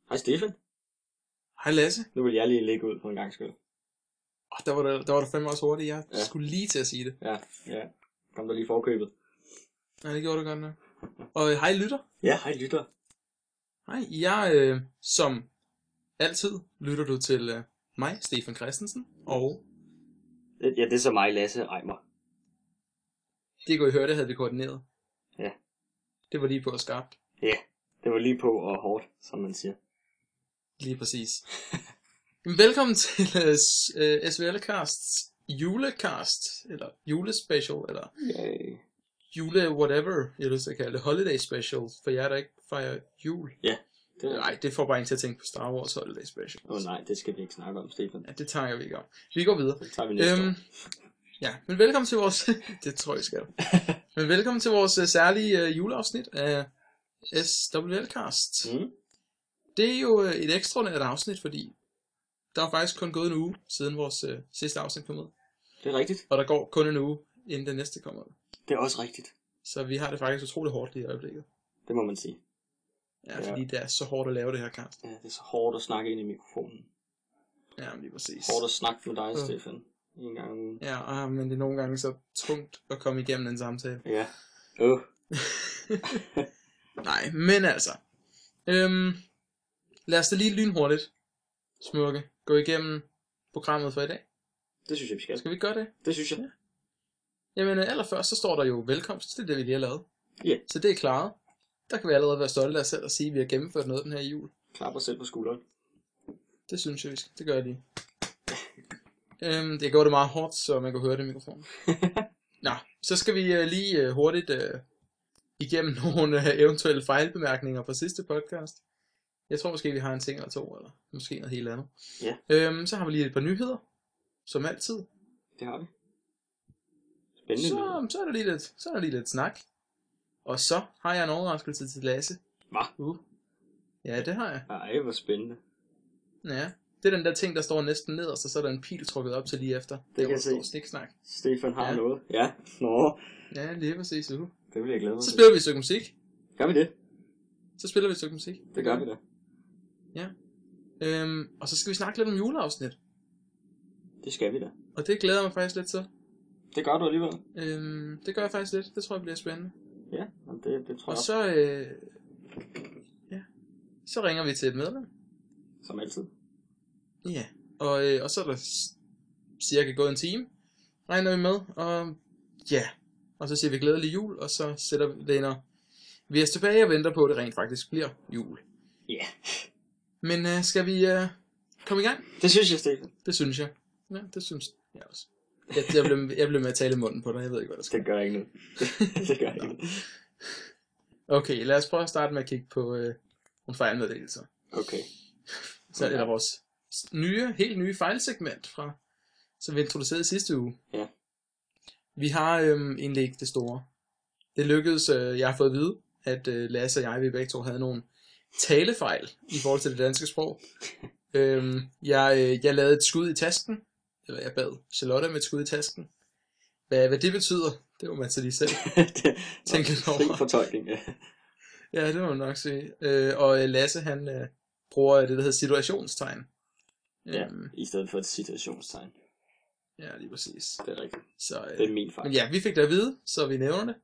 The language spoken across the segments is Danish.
Hej Stefan. Hej Lasse. Nu vil jeg lige lægge ud på en gang skyld. Der var du fandme også hurtigt. Jeg skulle lige til at sige det. Ja. Kom der lige forkøbet. Ja, det gjorde du godt nok. Og hej lytter. Ja, hej lytter. Hej, jeg som altid lytter du til mig, Stefan Christensen, og... Ja, det er så mig, Lasse Eimer. Det kunne I høre, det havde vi koordineret. Ja. Det var lige på at skarpt. Ja, det var lige på og hårdt, som man siger. Lige præcis. Velkommen til SVL-casts julecast, eller julespecial, eller jule whatever, jeg vil kalde det, holiday special, for jer der ikke fejrer jul. Ja. Nej, det får bare en til at tænke på Star Wars holiday special. Nej, det skal vi ikke snakke om, Stefan. Ja, det tager vi ikke om. Vi går videre. Det tager vi næste år. Ja, men velkommen til vores... det tror jeg skal. Men velkommen til vores særlige juleafsnit af SWL-cast. Mm. Det er jo et ekstraordinært afsnit, fordi der er faktisk kun gået en uge siden vores sidste afsnit kom ud. Det er rigtigt. Og der går kun en uge, inden det næste kommer ud. Det er også rigtigt. Så vi har det faktisk utroligt hårdt lige i øjeblikket. Det må man sige. Ja, fordi det er så hårdt at lave det her cast. Ja, det er så hårdt at snakke ind i mikrofonen. Ja, lige præcis. Hårdt at snakke med dig, Stefan. En gang om ugen. Ja, men det er nogle gange så tungt at komme igennem en samtale. Ja. Nej, men altså. Lad os da lige lynhurtigt, Smukke, gå igennem programmet for i dag. Det synes jeg, vi skal. Skal vi gøre det? Det synes jeg. Ja. Jamen allerførst, så står der jo velkomst til det, vi lige har lavet. Ja. Så det er klaret. Der kan vi allerede være stolte af os selv og sige, at vi har gennemført noget den her jul. Klap os selv på skulderen. Det synes jeg, vi skal. Det gør jeg lige. Det gjorde det meget hårdt, så man kan høre det i mikrofonen. Nå, så skal vi lige hurtigt igennem nogle eventuelle fejlbemærkninger fra sidste podcast. Jeg tror måske, vi har en ting eller to, eller måske noget helt andet. Ja. Så har vi lige et par nyheder, som altid. Det har vi. Spændende. Så er der lige lidt snak. Og så har jeg en overraskelse til Lasse. Hvad? Ja, det har jeg. Ej, hvor spændende. Ja, det er den der ting, der står næsten nederst, og så er der en pil trukket op til lige efter. Det kan jeg se. Sniksnak. Stefan har Ja. noget. Ja, nå. Ja, lige præcis. Det vil jeg glæde mig Så til. spiller vi et stykke musik. Gør vi det? Det gør vi da. Ja. Og så skal vi snakke lidt om juleafsnit. Det skal vi da. Og det glæder jeg mig faktisk lidt til. Det gør du alligevel. Det gør jeg faktisk lidt. Det tror jeg bliver spændende. Ja, det tror Og jeg. så, så ringer vi til et medlem. Som altid. Ja. Og så er der cirka gået en time, regner vi med. Og ja. Og så siger vi glædelig jul, og så læner vi os tilbage og venter på, at det rent faktisk bliver jul. Ja. Men skal vi komme i gang? Det synes jeg, Stefan. Det synes jeg. Ja, det synes jeg også. Jeg blev med at tale i munden på dig. Jeg ved ikke, hvad der skal. Det gør ikke noget. Det gør ikke noget. Okay, lad os prøve at starte med at kigge på nogle fejlmeddelelser. Okay. Så er der vores helt nye fejlsegment, som vi introducerede sidste uge. Ja. Vi har egentlig ikke det store. Det lykkedes, jeg har fået at vide, at Lasse og vi begge to havde nogle talefejl i forhold til det danske sprog. Jeg lavede et skud i tasken, eller jeg bad Charlotte med et skud i tasken. Hvad det betyder, det må man så lige selv tænke lidt over. Fri fortolkning, ja. Ja, det må man nok sige. Og Lasse, han bruger det, der hedder situationstegn. Ja, i stedet for et situationstegn. Ja, lige præcis. Det er rigtigt. Så, det er min fejl. Men ja, vi fik det at vide, så vi nævner det.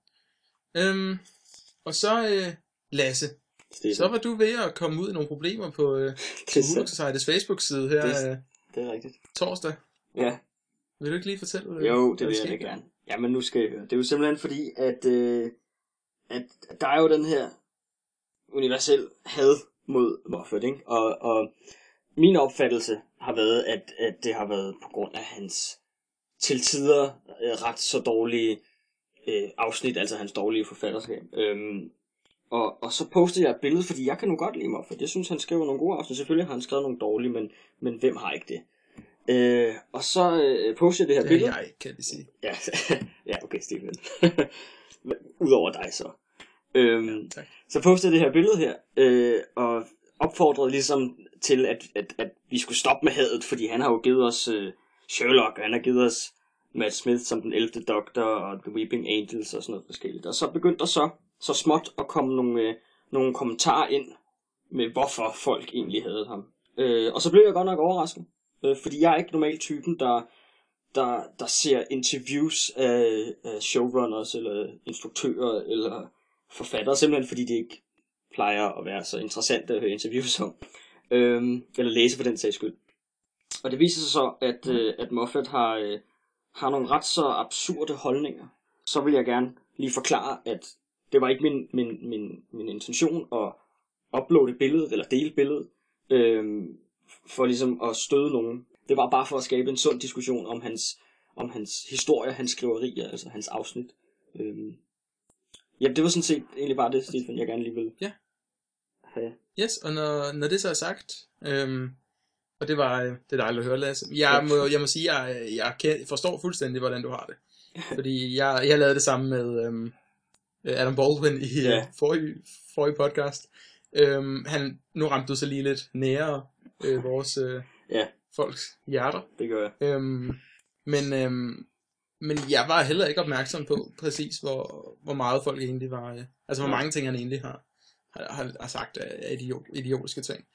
Og så, Lasse, Stefan. så var du ved at komme ud i nogle problemer på Hulu Societys Facebook-side her det er rigtigt. Torsdag. Ja. Vil du ikke lige fortælle? Jo, det vil jeg da gerne. Jamen nu skal jeg høre. Det er jo simpelthen fordi, at der er jo den her universel had mod Moffat, ikke? Og min opfattelse har været, at det har været på grund af hans til tider ret så dårlige afsnit, altså hans dårlige forfatterskab. Og så postede jeg et billede, fordi jeg kan nu godt lide Moffat. Jeg synes, han skriver nogle gode afsnit. Selvfølgelig har han skrevet nogle dårlige, men hvem har ikke det? Og så postede jeg det her billede. Det er jeg, kan jeg sige. Ja, okay, Stefan. Udover dig så. Tak. Så postede jeg det her billede her, og opfordrede ligesom til, at vi skulle stoppe med hadet, fordi han har jo givet os Sherlock, og han har givet os Matt Smith som den 11. Doktor, og The Weeping Angels og sådan noget forskelligt. Og så begyndte der så småt at komme nogle kommentarer ind med hvorfor folk egentlig havde ham. Og så blev jeg godt nok overrasket, fordi jeg er ikke normalt typen, der ser interviews af showrunners, eller instruktører, eller forfattere, simpelthen fordi det ikke plejer at være så interessant at høre interviews om, eller læse for den sags skyld. Og det viser sig så, at Moffat har nogle ret så absurde holdninger. Så vil jeg gerne lige forklare, at det var ikke min intention at uploade billedet, eller dele billedet, for ligesom at støde nogen. Det var bare for at skabe en sund diskussion om hans historie, hans skriverier, altså hans afsnit. Ja, det var sådan set egentlig bare det, Stefan, jeg gerne lige ville have. Yes, og når det så er sagt, og det er dejligt at høre, Lasse. Jeg må sige, jeg forstår fuldstændig, hvordan du har det. Fordi jeg lavede det samme med Adam Baldwin i forrige podcast. Nu ramte du så lige lidt nære vores folks hjerter. Det gør jeg. Men jeg var heller ikke opmærksom på præcis, hvor meget folk egentlig var... altså, hvor mange ting han egentlig har sagt af idiotiske ting.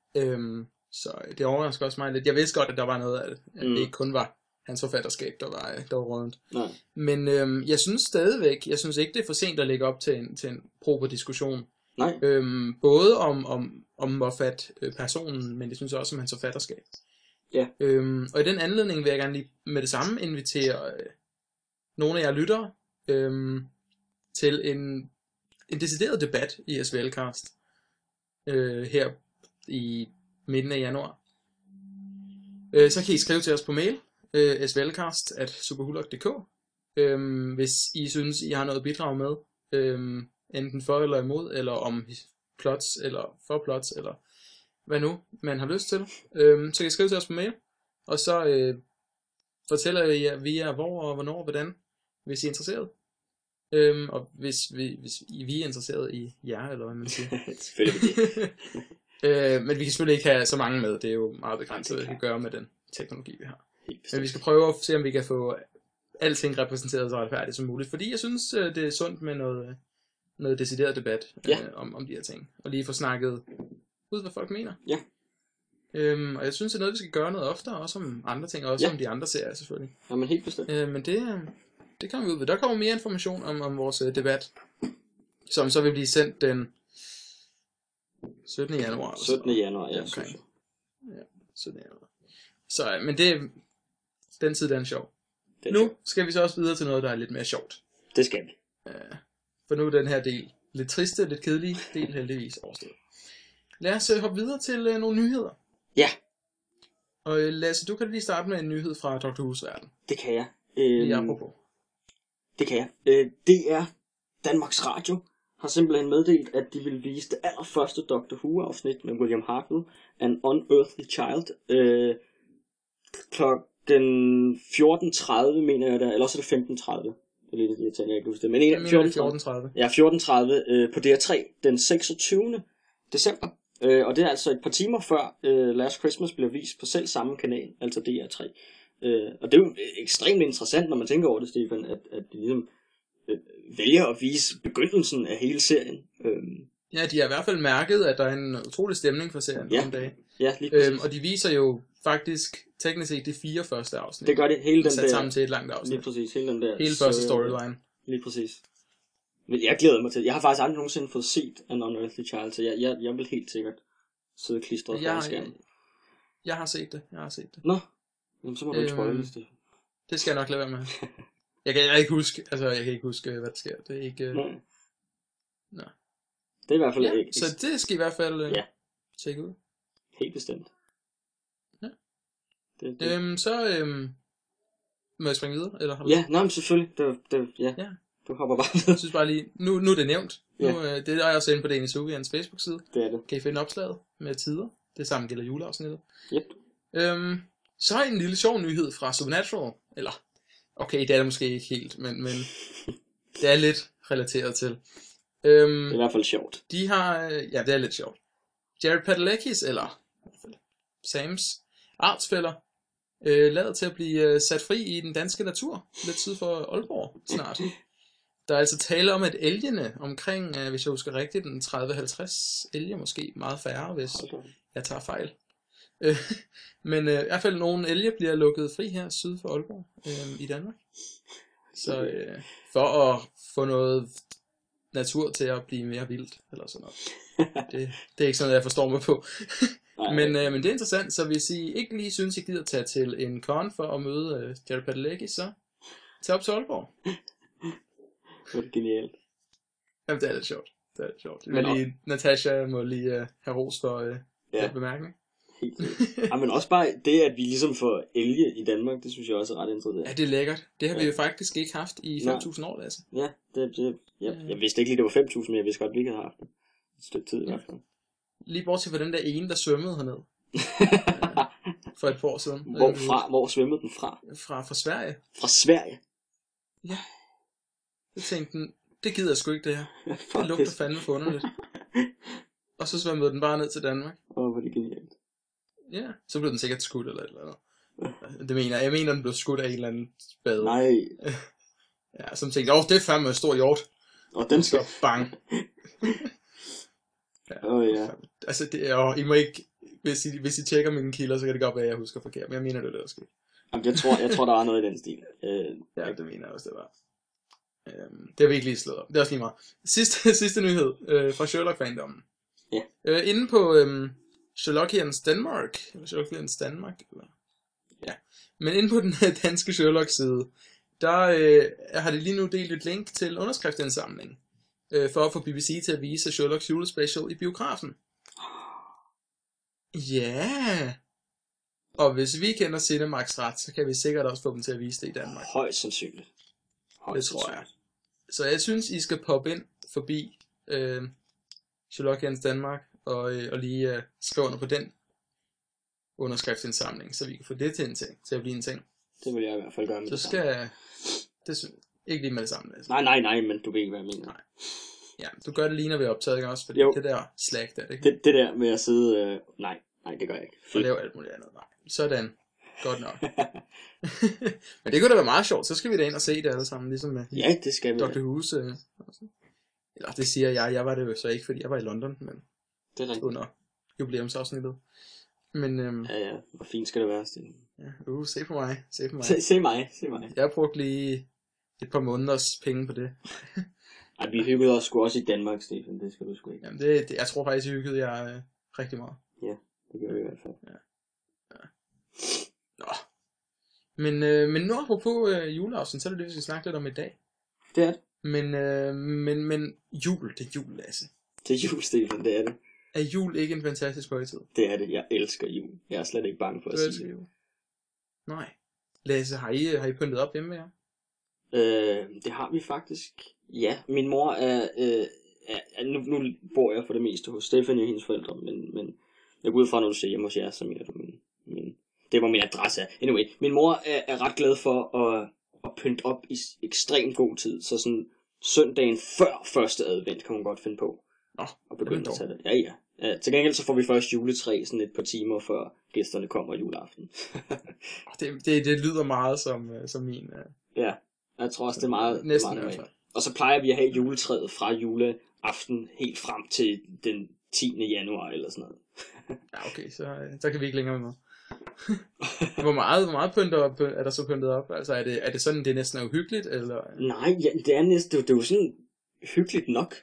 Så det overrasker også mig lidt. Jeg vidste godt, at der var noget af det. At det ikke kun var hans forfatterskab, der var rundt. Men jeg synes stadigvæk, ikke, det er for sent at lægge op til en proper diskussion. Nej. Både om Moffat-personen, men jeg synes også om hans forfatterskab. Ja. Og i den anledning vil jeg gerne lige med det samme invitere nogle af jer lyttere til en decideret debat i SVL-cast her i midten af januar. Så kan I skrive til os på mail, svlcast@superhulok.dk, hvis I synes, I har noget at bidrage med, enten for eller imod, eller om plots, eller for plots, eller hvad nu man har lyst til. Så kan I skrive til os på mail, og så fortæller vi jer hvor og hvornår og hvordan, hvis I er interesseret. Og hvis vi er interesseret i jer, eller hvad man siger. Selvfølgelig det. Men vi kan selvfølgelig ikke have så mange med. Det er jo meget begrænset, hvad vi kan gøre med den teknologi, vi har. Men vi skal prøve at se, om vi kan få alting repræsenteret så retfærdigt som muligt. Fordi jeg synes, det er sundt med noget decideret debat om de her ting. Og lige få snakket ud, hvad folk mener. Ja. Og jeg synes, det er noget, vi skal gøre noget oftere. Også om andre ting, og også om de andre serier selvfølgelig. Jamen helt bestemt. Men det kommer vi ud ved. Der kommer mere information om vores debat, som så vil blive sendt den 17. januar. 17. januar, ja. Okay. Ja, 17. januar. Så, men den tid, den er sjov. Nu skal vi så også videre til noget, der er lidt mere sjovt. Det skal vi. For nu er den her del lidt triste, lidt kedelig del heldigvis overstået. Lad os hoppe videre til nogle nyheder. Ja. Og Lasse, du kan lige starte med en nyhed fra Dr. Who's verden. Det kan jeg. Lige apropos. Det kan jeg. Det er Danmarks Radio har simpelthen meddelt, at de vil vise det allerførste Doctor Who-afsnit med William Hartnell, An Unearthly Child, klokken 14.30, mener jeg der, eller også er det 15.30. Det er lidt irriterende, jeg ikke huske det. Men 14.30. Ja, 14.30 på DR3 den 26. december. Og det er altså et par timer før Last Christmas blev vist på selv samme kanal, altså DR3. Og det er jo ekstremt interessant, når man tænker over det, Stefan, at de ligesom vælger at vise begyndelsen af hele serien. Ja, de har i hvert fald mærket, at der er en utrolig stemning for serien nogle dage. Ja, lige præcis. Og de viser jo faktisk teknisk set det 4 første afsnit. Det gør det, hele den sat der sammen til et langt afsnit. Lige præcis, hele den der. Hele første storyline. Lige præcis. Men jeg glæder mig til. Jeg har faktisk aldrig nogensinde fået set An Unearthly Child, så jeg vil helt sikkert sidde klistret foran skærmen. Jeg har set det. Nå, jamen, så må du ikke spoile det. Det skal jeg nok lade være med. Jeg kan ikke huske, hvad der sker. Det er ikke... Nå. Det er i hvert fald ikke. Så det skal i hvert fald tjekke ud. Helt bestemt. Ja. Det. Må jeg springe videre? Eller har du... Ja, nej, men selvfølgelig. Ja. Du hopper bare. Jeg synes bare lige, nu er det nævnt. Nu, det er jeg også inde på Danish Uvians Facebook-side. Det er det. Kan I finde opslaget med tider. Det samme gælder juleafsnittet. Yep. Så er en lille sjov nyhed fra Supernatural. Eller, okay, det er det måske ikke helt, men det er lidt relateret til. Det er i hvert fald sjovt. De har, ja, det er lidt sjovt. Jared Padalecki's, eller Sams artsfæller, lader til at blive sat fri i den danske natur, lidt syd for Aalborg snart. Der er altså tale om, at elgene omkring, hvis jeg husker rigtigt, den 30-50 elge, måske meget færre, hvis jeg tager fejl. Men i hvert fald nogle elge bliver lukket fri her syd for Aalborg i Danmark. Så for at få noget natur til at blive mere vildt, eller sådan noget. Det er ikke sådan noget, jeg forstår mig på. men det er interessant, så hvis I ikke lige synes, I gider tage til en con for at møde Jared Padalecki, så tag op til Aalborg. Det er genialt. Jamen, det er lidt sjovt. Men Natasha må lige have ros for den bemærkning. Helt ja, men også bare det, at vi ligesom får elge i Danmark, det synes jeg også er ret interessant. Ja, det er lækkert. Det har vi jo faktisk ikke haft i 5.000 år, altså. Ja, jeg vidste ikke lige, det var 5.000, men jeg vidste godt, vi ikke havde haft det. Et stykke tid i hvert fald. Lige bortset fra den der ene, der svømmede herned. For et par år siden. Hvor svømmede den fra? Fra Sverige. Fra Sverige? Ja. Jeg tænkte, det gider jeg sgu ikke det her. Det lugter fandme forunderligt. Og så svømmede den bare ned til Danmark. Hvor er det genialt. Ja, så blev den sikkert skudt eller et eller andet. Det mener jeg. Den blev skudt af en eller anden spade. Nej. Ja, som tænkte, det er fandme en stor hjort. Og den skal... bang. Ja. Altså, I må ikke... Hvis I tjekker mine kilder, så kan det godt være, at jeg husker forkert. Men jeg mener, det der sker. Jamen, jeg tror, der var noget i den stil. Ja, det mener jeg også, det var. Det har vi ikke lige slået op. Det er også lige meget. Sidste nyhed fra Sherlock-fandommen. Ja. Inde på Sherlockians Danmark. Sherlockians Danmark. Eller? Ja. Men inde på den danske Sherlock-side, der har de lige nu delt et link til underskriftsindsamling. For at få BBC til at vise Sherlocks julespecial i biografen. Ja. Og hvis vi kender Cinemax ret, så kan vi sikkert også få dem til at vise det i Danmark. Højst sandsynligt. Det tror jeg. Så jeg synes, I skal poppe ind forbi Sherlockians Danmark og lige skrive under på den underskriftsindsamling, så vi kan få det til at blive en ting. Det vil jeg i hvert fald gøre med så det skal det ikke lige med det samme. Altså. Nej, men du ved ikke, hvad jeg mener. Nej. Ja, du gør det lige, når vi er optaget, ikke også? Fordi det der slag der, det der med at sidde... Nej, det gør jeg ikke. Og lave alt muligt andet. Nej. Sådan. Godt nok. Men det kunne da være meget sjovt. Så skal vi da ind og se det alle sammen, ligesom med det skal vi. Dr. Who's. Eller det siger jeg. Jeg var det jo så ikke, fordi jeg var i London, men det er rigtigt. Under jubilæumsafsnittet. Men ja, hvor fint skal det være, Sten? Ja, se på mig. Se mig. Jeg har brugt lige et par måneders penge på det. Ej, vi hyggede os sgu også i Danmark, Stefan. Det skal du sgu ikke. Jamen, jeg tror faktisk, I hyggede jer rigtig meget. Ja, det gør vi i hvert fald. Ja. Nå. Men nu apropos juleaften, så er det det, vi skal snakke lidt om i dag. Det er det. Men jul, det er jul, Lasse. Det er jul, Stefan, det er det. Er jul ikke en fantastisk højtid? Det er det. Jeg elsker jul. Jeg er slet ikke bange for at sige det. Nej. Lasse, har I pyntet op hjemme med jer? Det har vi faktisk. Ja, min mor er nu bor jeg for det meste hos Stephanie og hendes forældre, men jeg går ud fra, når du siger hjemme hos jer, så mener du min det var min adresse. Anyway, min mor er ret glad for at pynte op i ekstremt god tid, så sådan søndagen før første advent kan hun godt finde på. Og begynde at tage det. Ja. Til gengæld så får vi først juletræ sådan et par timer før gæsterne kommer juleaften. det lyder meget som min. Ja, jeg tror også det er meget. Næsten meget i hvert fald. Og så plejer vi at have juletræet fra juleaften helt frem til den 10. januar eller sådan noget. Ja, okay, så kan vi ikke længere med. Hvor meget er der så pyntet op? Altså er det sådan, det næsten er uhyggeligt, eller? Nej, ja, det er næsten, det er jo sådan hyggeligt nok.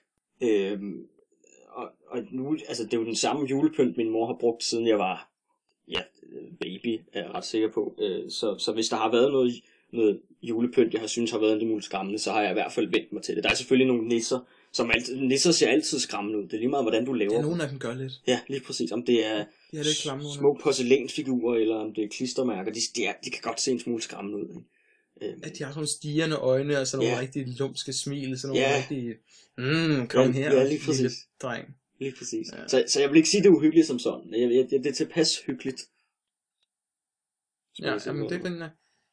Og nu, altså det er jo den samme julepynt, min mor har brugt, siden jeg var baby, er jeg ret sikker på. Så hvis der har været noget julepynt, jeg har synes har været en lille smule skræmmende, så har jeg i hvert fald vendt mig til det. Der er selvfølgelig nogle nisser, nisser ser altid skræmmende ud. Det er lige meget, hvordan du laver. Ja, nogle af dem gør lidt. Ja, lige præcis. Om det er små porcelænsfigurer, eller om det er klistermærker, de kan godt se en smule skræmmende ud. Ikke? At de har sådan nogle stirrende øjne, og sådan nogle rigtig lumske smil, sådan nogle rigtig, kom her, ja, lige præcis. Lille dreng. Lige præcis. Ja. Så jeg vil ikke sige, det er uhyggeligt som sådan. Det er tilpas hyggeligt. Jamen det finder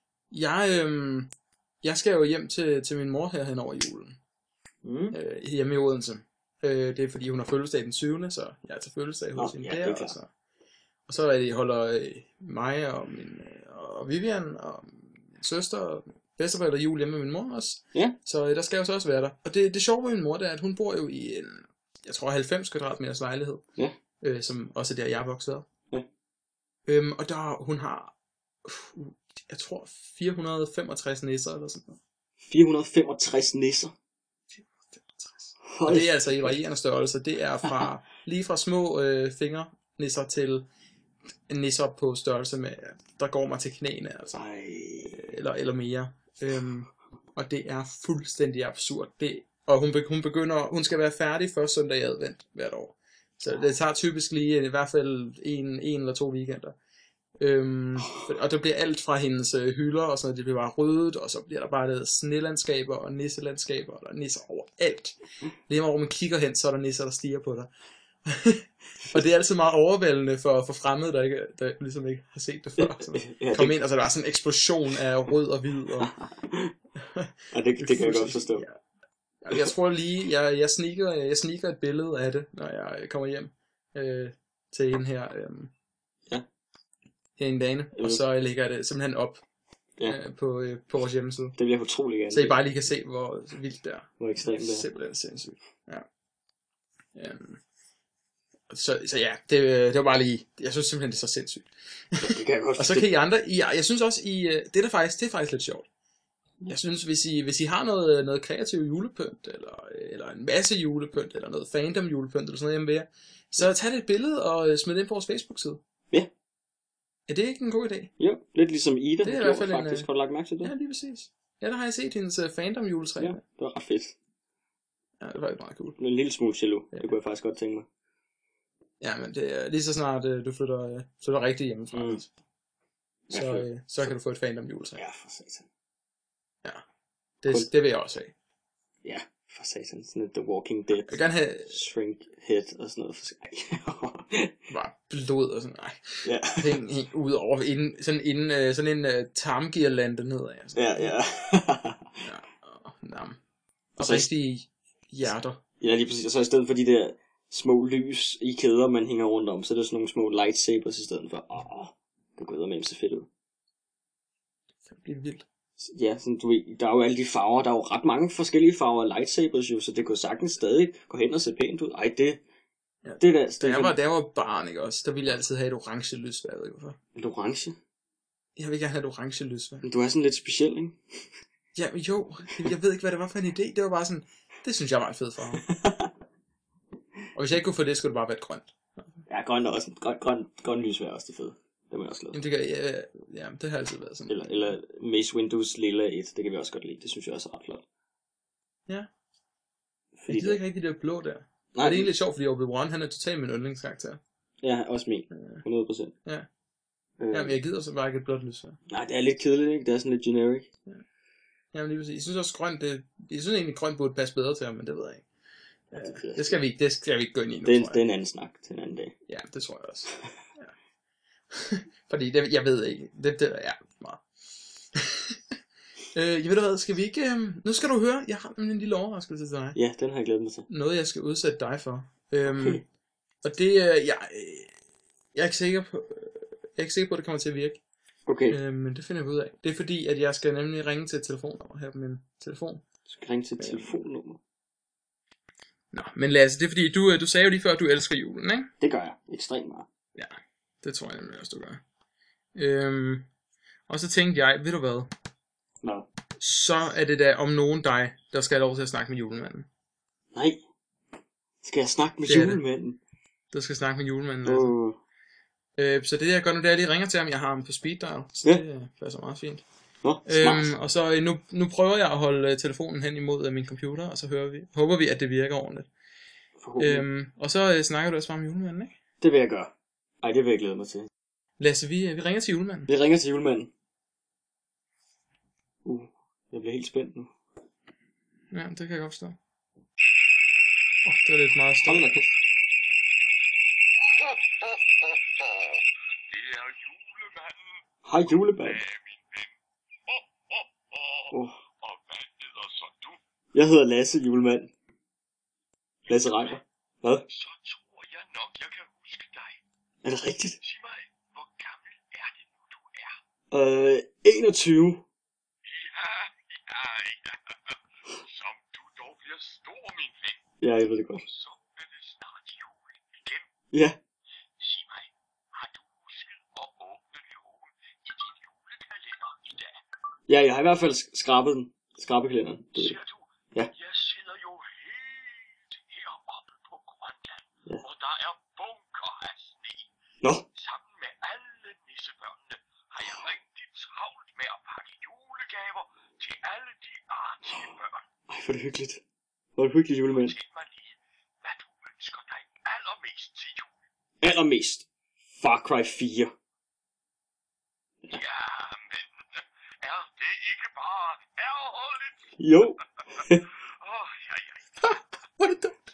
jeg skal jo hjem til min mor her over julen. Hjemme i Odense. Det er fordi hun har fødselsdag den 7. Så jeg er til fødselsdag hos hende der. Og så holder mig og Vivian og min søster og bedsteforældre jul hjemme med min mor også. Ja. Så der skal jeg jo så også være der. Og det sjove med min mor, det er, at hun bor jo i en, jeg tror 90 kvadratmeters lejlighed. Ja. Som også er der, jeg er vokset op. Ja. Og der, hun har, jeg tror 465 nisser eller sådan noget. 465 nisser. 465. Og det er altså i varierende størrelse. Det er fra lige fra små fingernisser til nisser på størrelse med, der går mig til knæene, altså. Eller mere. Og det er fuldstændig absurd. Og hun skal være færdig først søndag i advent hvert år. Så det tager typisk lige i hvert fald en eller 2 weekender. Og der bliver alt fra hendes hylder og sådan noget, det bliver bare ryddet, og så bliver der bare lavet snelandskaber og nisselandskaber, og der er nisser overalt. Lige hvor man kigger hen, så er der nisser, der stiger på dig. Og det er altid meget overvældende for fremmede, der ligesom ikke har set det før. Kom ind, og så er der sådan en eksplosion af rød og hvid. Og det kan jeg godt forstå. Jeg tror lige, jeg sneaker et billede af det, når jeg kommer hjem til hende her. Her en dane, og så lægger jeg det simpelthen op på vores hjemmeside. Det bliver utroligt gerne. Så I bare lige kan se, hvor vildt det er. Hvor ekstremt det er. Simpelthen sindssygt. Ja. Så ja, det var bare lige, jeg synes simpelthen, det er så sindssygt. Det kan jeg godt. Og så kan I andre, jeg synes også, det er faktisk lidt sjovt. Jeg synes, hvis I har noget kreativ julepynt, eller en masse julepynt, eller noget fandom julepynt, eller sådan noget hjemme ved jer, så tag det et billede og smid det ind på vores Facebook-side. Ja. Er det ikke en god idé? Jo, lidt ligesom Ida. Det er i hvert fald faktisk. Har du lagt mærke til det? Ja, lige præcis. Ja, der har jeg set hendes fandom juletræ. Ja, det var ret fedt. Ja, det var faktisk meget cool. En lille smule cello, det kunne jeg faktisk godt tænke mig. Ja, men det er lige så snart du flytter rigtig hjemmefra. Så kan du få et fandom juletræ. Ja, for satan. Ja, det vil jeg også have. Ja, for satan. Sådan et The Walking Dead. Jeg vil gerne have Shrink Head og sådan noget. Bare blod og sådan, ja. Hæng ud over sådan en tarmgirlande nedad. Ja. Og rigtige hjerter. Ja, lige præcis. Og så i stedet for de der små lys i kæder, man hænger rundt om, så er det sådan nogle små lightsabers i stedet for. Det går med så fedt ud. Det bliver vildt. Ja, sådan, du ved, der er jo alle de farver, der er jo ret mange forskellige farver af lightsabers jo, så det kunne sagtens stadig gå hen og se pænt ud. Ej, det da jeg var barn, ikke også, der ville jeg altid have et orange lysvær, ved ikke hvorfor. Et orange? Jeg vil gerne have et orange lysvær. Men du er sådan lidt speciel, ikke? Ja, jo, jeg ved ikke, hvad det var for en idé, det var bare sådan, det synes jeg var en fed farve. Og hvis jeg ikke kunne få det, skulle det bare være et grønt. Ja, grønt er også, grønt lysvær er også det fede. Det må jeg også lade. Jamen, det har altid været sådan. Eller Mace Windows lilla 1, det kan vi også godt lide. Det synes jeg også er ret flot. Ja. Fordi jeg gider ikke rigtig det blå der. Nej. Og det er egentlig lidt sjovt, fordi Obi-Wan, han er totalt min yndlingskarakter. Ja, også min. 100%. Ja. Jamen, jeg gider så bare ikke et blåt lysvær. Nej, det er lidt kedeligt, ikke? Det er sådan lidt generic. Ja. Jamen lige præcis. Jeg synes også grønt, jeg synes egentlig grønt burde passe bedre til ham, men det ved jeg ikke. Det skal vi ikke gå ind i nu, det er en anden snak til en anden dag. Ja, det tror jeg også. Ja. Fordi jeg ved ikke. Ja, meget. Jeg ved du hvad, skal vi ikke... nu skal du høre, jeg har en lille overraskelse til dig. Ja, den har jeg glædet mig til. Noget, jeg skal udsætte dig for. Okay. Og det jeg er ikke sikker på... Jeg er ikke sikker på, at det kommer til at virke. Okay. Men det finder jeg ud af. Det er fordi, at jeg skal nemlig ringe til et telefonnummer her på min telefon. Du skal ringe til et telefonnummer? Nå, men Lasse, det er fordi, du sagde jo lige før, at du elsker julen, ikke? Det gør jeg. Ekstremt meget. Ja, det tror jeg nemlig også, du gør. Og så tænkte jeg, ved du hvad? Nå. Så er det da om nogen dig, der skal have lov til at snakke med julemanden. Nej. Skal jeg snakke med julemanden? Du skal snakke med julemanden, altså. Så det jeg gør nu, det er, at jeg lige ringer til ham. Jeg har ham på speed dial, så det passer meget fint. Og så nu prøver jeg at holde telefonen hen imod min computer, og så håber vi, at det virker ordentligt. Og så snakker du også bare om julemanden, ikke? Det vil jeg gøre. Ej, det vil jeg glæde mig til. Lasse, vi ringer til julemanden. Vi ringer til julemanden. Jeg bliver helt spændt nu. Ja, det kan jeg godt forstå. Det er lidt meget stort. Hej julemanden. Og hvad hedder så du? Jeg hedder Lasse julemand. Lasse Reimer. Hvad? Så tror jeg nok, jeg kan huske dig. Er det rigtigt? Sig mig, hvor gammel er det nu, du er? 21. Ja, Ja, jeg ved det godt. Så er det snart jul igen. Ja. Sig mig, har du husket at åbne lågen i din julekalender i dag? Ja, jeg har i hvert fald skrabet den. Skrabekalenderen. Ser du? Ja. Jeg sidder jo helt heroppe på Grønland, Ja. hvor der er bunker af sne. Nå, Sammen med alle nissebørnene har jeg rigtig travlt med at pakke julegaver til alle de artige børn. ej, hvor er det hyggeligt. Hvor er det hyggeligt, julemand. Fortæl mig lige, hvad du ønsker dig allermest til jul. Allermest Far Cry 4. Ja, men er det ikke bare ærgerligt? Jo. Ja. Hvor er det dumt.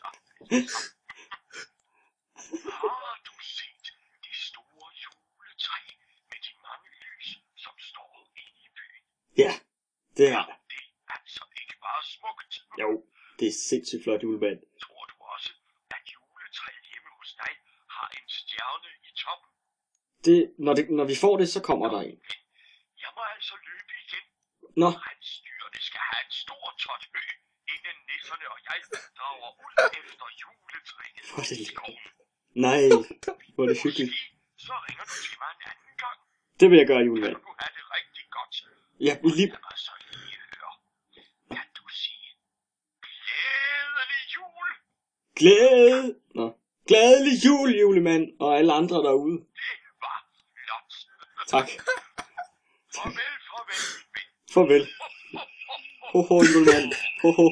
Har du set det store juletræ med de mange lys, som står inde i byen? Ja, det er der. Det er altså ikke bare smukt. Jo, det er sindssygt flot, julemand. Tror du også, at juletræet hjemme hos dig har en stjerne i toppen? Når vi får det, så kommer der en. Jeg må altså løbe igen. Nå, Rensdyrene skal have en stor tot hø, inden nisserne og jeg drager ud efter juletræet hvor er det i lækkert. skoven. Nej, hvor er det hyggeligt. Måske så ringer du til mig en anden gang. Det vil jeg gøre, julemand. Kan du have det rigtig godt? Ja, lige... Lad mig så lige høre. Kan du sige glædelig jul? Glæde! Nå. Glædelig jul, julemand, og alle andre derude. Det var flot. Tak. Farvel, min ven. Farvel. Ho, ho, julemand. Ho, ho.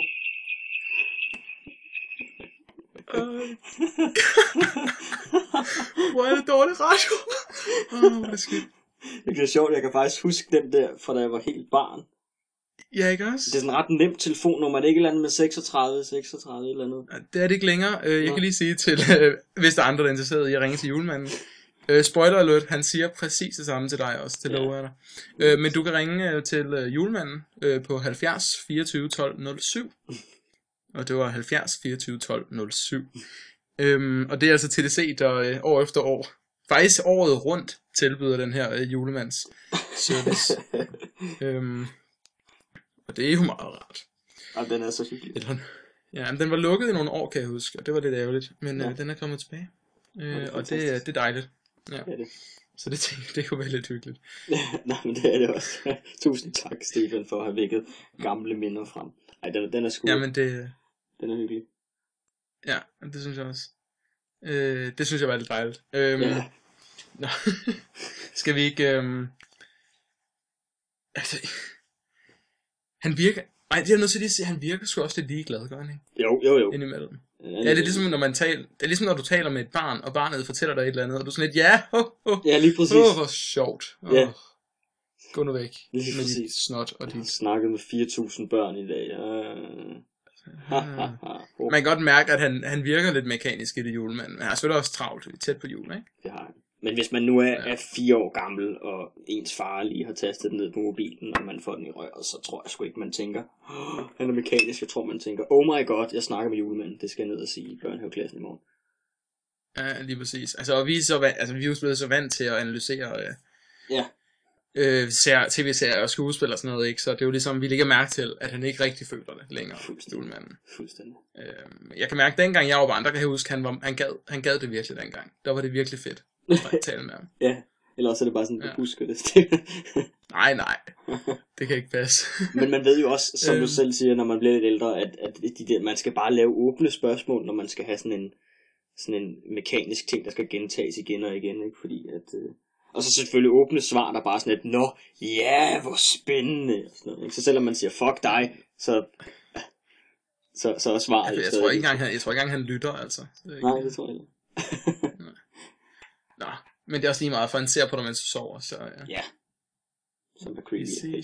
Hvor er det dårligt radio. Hvor er det skidt. Det er sjovt, jeg kan faktisk huske den der, fra da jeg var helt barn. Ja, ikke også? Det er sådan ret nemt telefonnummer, det er ikke et eller andet med 36 eller andet. Ja, det er det ikke længere. Jeg kan lige sige til, hvis der er andre, der er interesseret i at ringe til julemanden. Spoiler alert, han siger præcis det samme til dig også, det lover jeg dig. Men du kan ringe til julemanden på 70 24 12 07. Og det var 70 24 12 07. Og det er altså TDC, der år efter år, faktisk året rundt, tilbyder den her julemands service. Og det er jo meget rart. Og den er så hyggelig. Ja, men den var lukket i nogle år, kan jeg huske, og det var lidt ærgerligt. Men Ja. den er kommet tilbage. er Og det er dejligt. Ja. Det er det. Så det tænkte det kunne være lidt hyggeligt. Nej, men det er det også. Tusind tak, Stefan, for at have vækket gamle minder frem. Ej, den er sgu... Jamen det... Den er hyggelig. Ja, det synes jeg også. Det synes jeg var lidt dejligt. Ja. Nå. Skal vi ikke... Altså... Han virker... Ej, det er nødt til lige at sige, han virker sgu også lidt ligeglad, gør han ikke? Jo. Indimellem. Ja, det er ligesom når man taler... Det er ligesom når du taler med et barn, og barnet fortæller dig et eller andet, og du er sådan lidt, ja, Ja, lige præcis. hvor sjovt. Ja. Gå nu væk Lige med præcis. dit snot og Jeg har dit... snakket med 4.000 børn i dag. Man kan godt mærke, at han virker lidt mekanisk i det julemand, men han er selvfølgelig også travlt, tæt på jul, ikke? Det har han. Men hvis man nu er 4 år gammel, og ens far lige har tastet den ned på mobilen, og man får den i røret, så tror jeg sgu ikke, man tænker, han er mekanisk. Jeg tror, man tænker, oh my god, jeg snakker med julemanden. Det skal jeg ned og sige i børnehaveklassen i morgen. Ja, lige præcis. Altså, og vi er jo blevet så vant til at analysere Ja. tv-serier og skuespil og sådan noget, ikke? Så det er jo ligesom, vi lægger mærke til, at han ikke rigtig føler det længere, julemanden. Fuldstændig. Jeg kan mærke, at dengang jeg var barn, der kan jeg huske, han gad det virkelig dengang. Der var det virkelig fedt at tale med ham. Ja, eller også er det bare sådan, du husker det. Nej, det kan ikke passe. Men man ved jo også, som du selv siger, når man bliver lidt ældre, at man skal bare lave åbne spørgsmål, når man skal have sådan en mekanisk ting, der skal gentages igen og igen, ikke? Fordi at... Og så selvfølgelig åbne svar, der bare sådan et, nå, ja, hvor spændende, og sådan noget, ikke? Så selvom man siger, fuck dig, så er svaret jo Jeg tror ikke engang, han lytter, altså. Nej, det tror jeg ikke. Nå, men det er også lige meget, for han ser på dig, mens du sover, så ja. Ja. Som er creepy.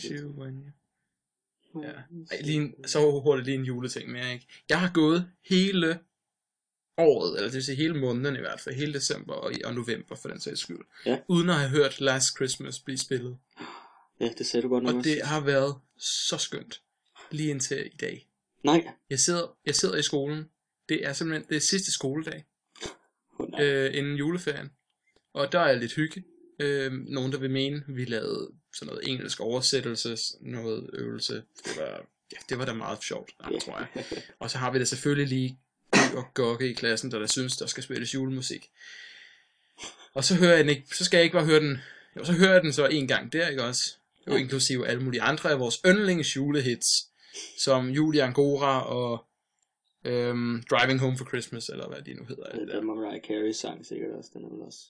Ja. Så hurtigt lige en juleting mere, ikke? Jeg har gået hele året, eller det vil sige hele måneden i hvert fald, hele december og november for den sags skyld, uden at have hørt Last Christmas blive spillet. Ja, det sagde du godt nok og også. det har været så skønt, lige indtil i dag. Nej. Jeg sidder i skolen, det er simpelthen det sidste skoledag, inden juleferien, og der er lidt hygge. Nogen der vil mene, vi lavede sådan noget engelsk oversættelse, noget øvelse, det var da meget sjovt, tror jeg. Og så har vi det selvfølgelig lige og gokke i klassen, der synes, der skal spilles julemusik. Og så hører jeg den ikke, så skal jeg ikke bare høre den, jo, så hører jeg den så en gang der, ikke også? Jo, inklusive alle mulige andre af vores yndlings julehits, som Jul i Angora og Driving Home for Christmas, eller hvad de nu hedder. Det er Mariah Carey sang sikkert også, den er vel også.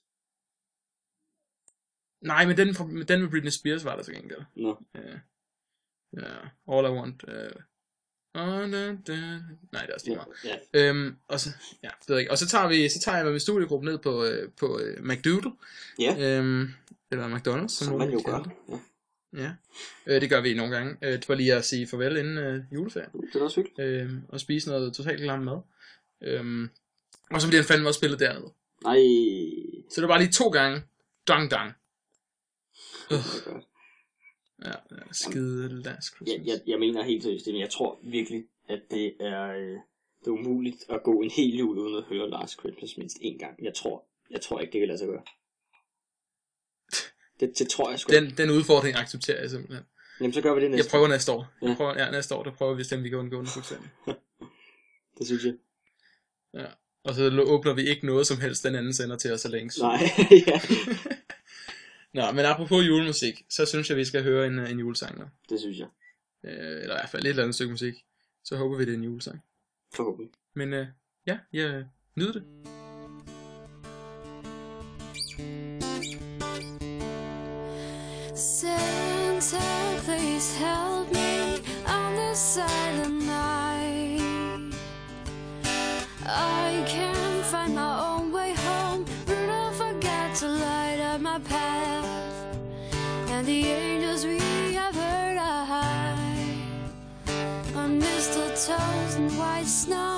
Nej, men den med Britney Spears var der så gengæld. Nå. Ja, All I Want. Nej, det er også lige meget. Ja. Og så, ja, det ved jeg ikke. Og så tager jeg med min studiegruppe ned på McDoodle. Ja. Eller McDonald's, som man jo gør. Ja. Det gør vi nogle gange. For lige at sige farvel inden juleferien. Det er også hyggeligt. Og spise noget totalt glam mad. Og så bliver den fandme også spillet dernede. Nej. Så det var bare lige 2 gange. Dang. Ja, skide last Christmas. Jeg mener helt seriøst, men jeg tror virkelig, at det er umuligt at gå en hel jul uden at høre Last Christmas mindst 1 gang. Jeg tror ikke, det kan lade sig gøre. Det tror jeg sgu. Den udfordring accepterer jeg simpelthen. Jamen, så gør vi det næste år. Jeg prøver næste år. Næste år, der prøver vi at vi kan undgå den fuldstændig. Det synes jeg. Ja. Og så åbner vi ikke noget som helst, den anden sender til os så længe. Nej, ja. Nå, men apropos julemusik, så synes jeg, vi skal høre en julesang nu. Det synes jeg. Eller i hvert fald et eller andet stykke musik. Så håber vi, det er en julesang. Forhåbentlig. Men ja, nyd det. Santa, please help me on this silent night. I can't find my own way home. Rudolph forgot to light up my path, and the angels we have heard are high on mistletoes and white snow.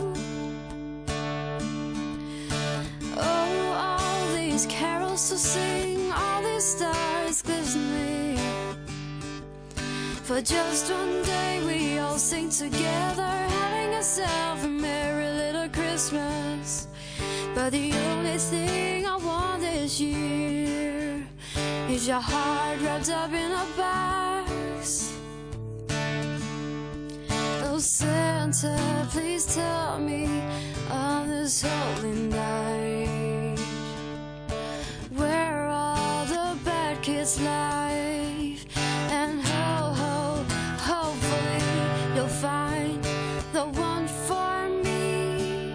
Oh, all these carols to sing, all these stars glistening. For just one day we all sing together, having ourselves a merry little Christmas. But the only thing I want this year is your heart wrapped up in a box. Oh Santa, please tell me on this holy night, where all the bad kids' life, and hopefully you'll find the one for me.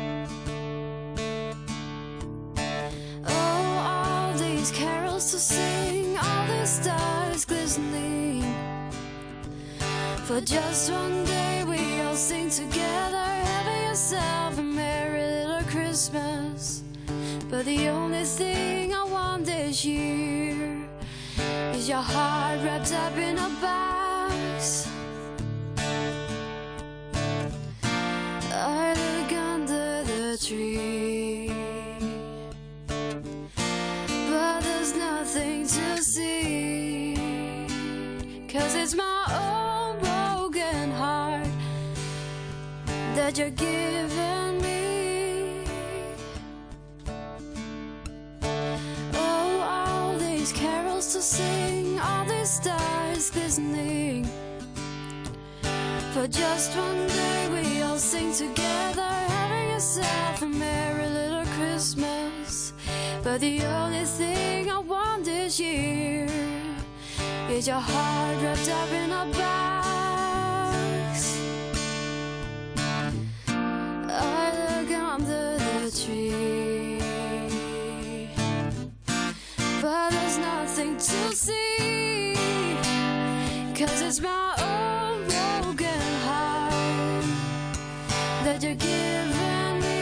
Oh, all these carols to sing, all the stars glistening. For just one day we all sing together, having yourself a merry little Christmas. But the only thing I want this year is your heart wrapped up in a box. I look under the tree, but there's nothing to see, 'cause it's my own broken heart that you're giving me. Oh, all these carols to sing, all these stars glistening. For just one day we all sing together, having ourselves a merry little Christmas. But the only thing I want this year is your heart wrapped up in a box. I look under the tree, but there's nothing to see, 'cause it's my own broken heart that you're giving me.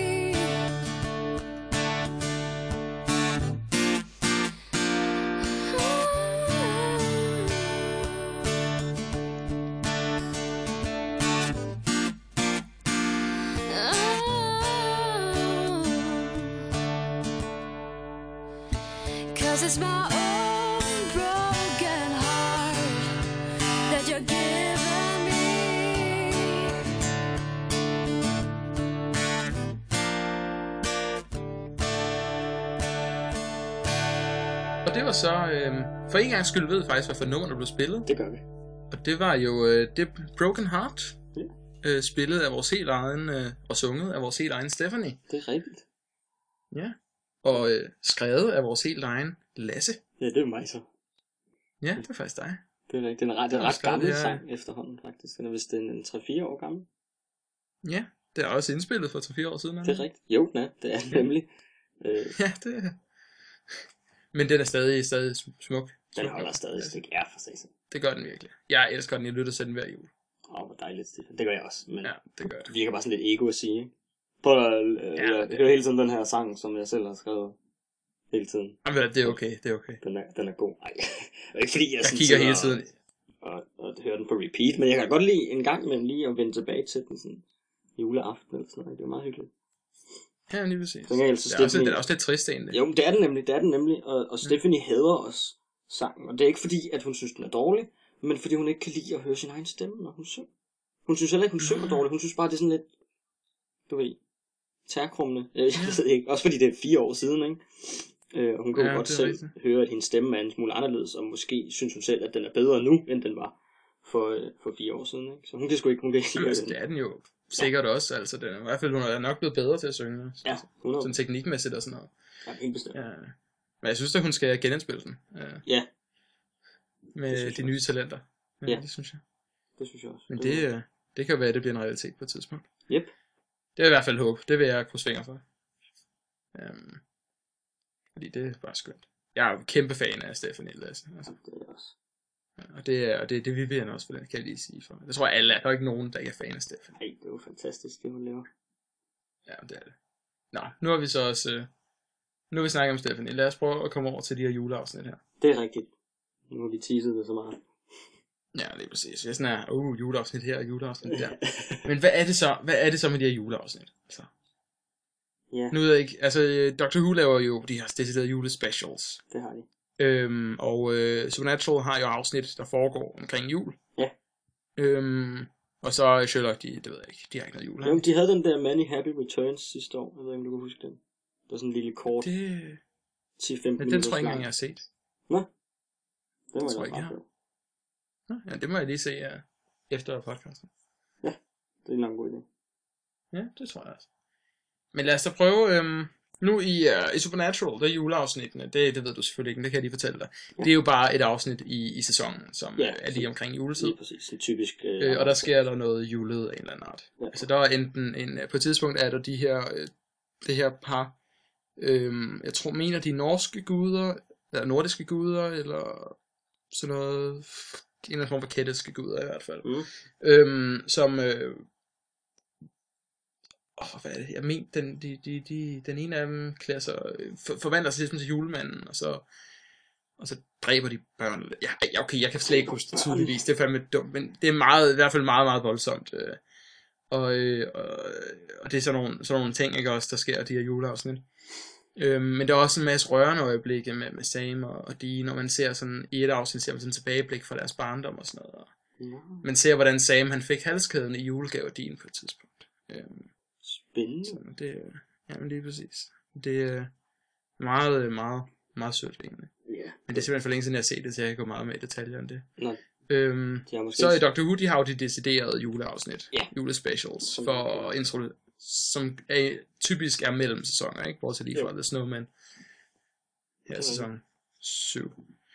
Cause it's my own broken heart that you're giving me. Og det var så, for en gang skyld ved faktisk, hvad for nummer der blev spillet. Det gør vi. Og det var jo det Broken Heart. Ja. spillet af vores helt egen, og sunget af vores helt egen Stephanie. Det er rigtigt. Ja. Og skrevet af vores helt egen Lasse. Ja, det er mig så. Ja, det er faktisk dig. Det er rigtigt. Den er ret, Jeg har skrevet gammel det her. sang efterhånden, faktisk. Den er vist en 3-4 år gammel. Ja, det er også indspillet for 3-4 år siden. Det er rigtigt. Jo, den er. Det er nemlig. Ja, det er. Men den er stadig smuk. Den holder stadig stik. Ja, for sig. Det gør den virkelig. Jeg elsker den. Jeg lytter til den hver jul. Hvor dejligt, Stefan. Det gør jeg også. Men Ja, det gør jeg. det virker bare sådan lidt ego at sige, ikke? Prøv at jeg hører hele tiden den her sang, som jeg selv har skrevet hele tiden. Jamen, det er okay, det er okay. Den er god. Ej, ikke fordi jeg, Jeg kigger hele tiden. Og hører den på repeat, men jeg kan godt lide en gang med lige at vende tilbage til den sådan juleaften eller sådan noget. Det er meget hyggeligt. Ja, lige præcis. Den er, altså Den er også lidt trist egentlig. Jo, det er den nemlig. Og Stephanie hader også sangen. Og det er ikke fordi, at hun synes, den er dårlig, men fordi hun ikke kan lide at høre sin egen stemme, når hun synger. Hun synes heller ikke, hun synger dårligt. Hun synes bare, det er sådan lidt, du ved, tærkrummende. Jeg ved ikke. Også fordi det er 4 år siden, ikke? Og hun kunne godt selv høre, at hendes stemme er en smule anderledes, og måske synes hun selv, at den er bedre nu, end den var for 4 år siden, ikke? Så hun kan sgu ikke, Det er den jo sikkert også, altså den er, i hvert fald hun er nok blevet bedre til at synge. Ja, 100%. Sådan teknikmæssigt og sådan noget. Ja, helt bestemt. Ja. Men jeg synes at hun skal genindspille den. Ja. Med de nye talenter. Ja. Det synes jeg. Det synes jeg også. Men det kan jo være, at det bliver en realitet på et tidspunkt. Yep. Det er i hvert fald håb. Det vil jeg krydse fingre for. Fordi det er bare skønt. Jeg er jo kæmpe fan af Stephanie Lassen. Altså. Det er jeg også. Og det vil vi også, for den kan jeg lige sige for. Jeg tror alle, der er ikke nogen, der ikke er fan af Stephanie. Nej, det er jo fantastisk, det hun laver. Ja, det er det. Nå, nu har vi så også... Nu har vi snakket om Stephanie. Lad os prøve at komme over til de her juleafsnit her. Det er rigtigt. Nu har vi teaset det så meget. Ja, det er præcis. Jeg er sådan juleafsnit her og juleafsnit der. Men hvad er det så med de her juleafsnit? Så. Ja. Nu ved jeg ikke, altså Doctor Who laver jo de her deciderede julespecials. Det har de. Og Supernatural har jo afsnit, der foregår omkring jul. Ja. Og så Sherlock, det ved jeg ikke, de har ikke noget jul. Jamen, de havde den der Many Happy Returns sidste år. Jeg ved ikke, om du kan huske den. Det var sådan en lille kort. 10-15 minutter. Den tror jeg ikke engang, jeg har set. Nå? Den tror jeg ikke, jeg har. Ja, det må jeg lige se efter podcasten. Ja, det er en lang god idé. Ja, det tror jeg også. Men lad os da prøve, nu i Supernatural, der er juleafsnittene, det ved du selvfølgelig ikke, men det kan jeg lige fortælle dig. Ja. Det er jo bare et afsnit i sæsonen, som er lige omkring juletid. Lige præcis, en typisk... og der sker der noget julet af en eller anden art. Ja. Altså der er enten, på et tidspunkt er der det her par, jeg tror mener de norske guder, eller nordiske guder, eller sådan noget, en eller anden form for kettiske guder i hvert fald, som... hvad er det? Jeg mener, den ene af dem klæder sig, forvandler sig ligesom til julemanden, og så dræber de børn. Ja, okay, jeg kan slet ikke huske det tydeligvis, det er fandme dumt, men det er i hvert fald meget, meget voldsomt. Og det er sådan nogle ting, ikke også, der sker de her juleafsnit. Men der er også en masse rørende øjeblikke med Sam og Dean, når man ser sådan i et afsnit, ser man sådan tilbageblik fra deres barndom og sådan noget. Man ser, hvordan Sam han fik halskæden i julegave af Dean på et tidspunkt. Spændende. Så jamen lige præcis. Det er meget, meget, meget sødt egentlig. Yeah. Men det er simpelthen for længe siden, jeg har set det, så jeg kan gå meget mere i detaljer end det. Nej. Så i Doctor Who, de har jo de deciderede juleafsnit, julespecials, som typisk er mellem sæsoner, ikke? Bortset lige fra The Snowman. Her er sæson 7.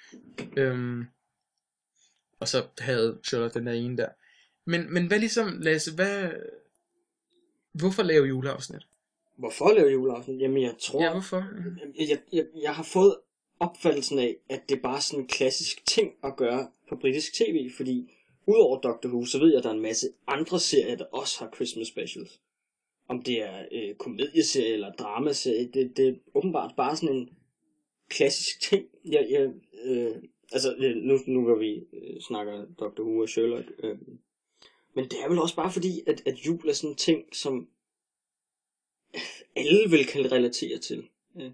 Og så havde Sherlock den der ene der. Men hvad ligesom, Lasse, hvorfor lave juleafsnit? Hvorfor lave juleafsnit? Jamen jeg tror... Ja, hvorfor? Jeg har fået opfattelsen af, at det er bare sådan en klassisk ting at gøre på britisk tv, fordi udover Doctor Who, så ved jeg, at der er en masse andre serier, der også har Christmas specials. Om det er komedieserie eller dramaserie, det er åbenbart bare sådan en klassisk ting. Nu hvor vi snakker Doctor Who og Sherlock, men det er vel også bare fordi, at jul er sådan en ting, som alle vel kan relatere til.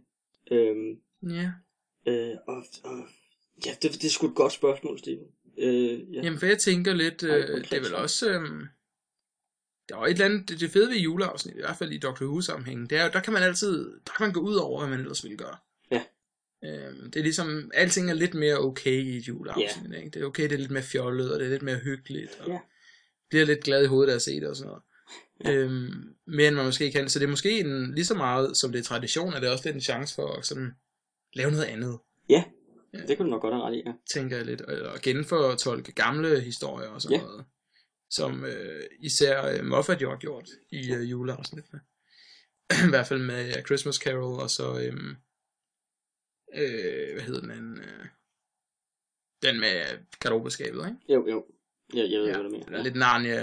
Det er sgu et godt spørgsmål, Steven. Jamen, for jeg tænker lidt, det er vel også... der er et eller andet, det fede ved juleafsnit, i hvert fald i Doctor Who-sammenhængen, det er, der kan man gå ud over, hvad man ellers ville gøre. Ja. Det er ligesom, alting er lidt mere okay i et juleafsnit, ikke? Det er okay, det er lidt mere fjollet, og det er lidt mere hyggeligt, og bliver lidt glad i hovedet af at se det og sådan noget. Mere end man måske kan. Så det er måske lige så meget, som det er tradition, at det er også lidt en chance for at sådan, lave noget andet. Ja, det kunne du nok godt have ret i, ja. Tænker jeg lidt. Og genfortolke gamle historier og sådan noget. Som især Moffat jo har gjort i juleafsnittene. I hvert fald med Christmas Carol, og så hvad hedder den? Den med garderobeskabet, ikke? Jo. Jeg ved, hvad du mener. Lidt Narnia,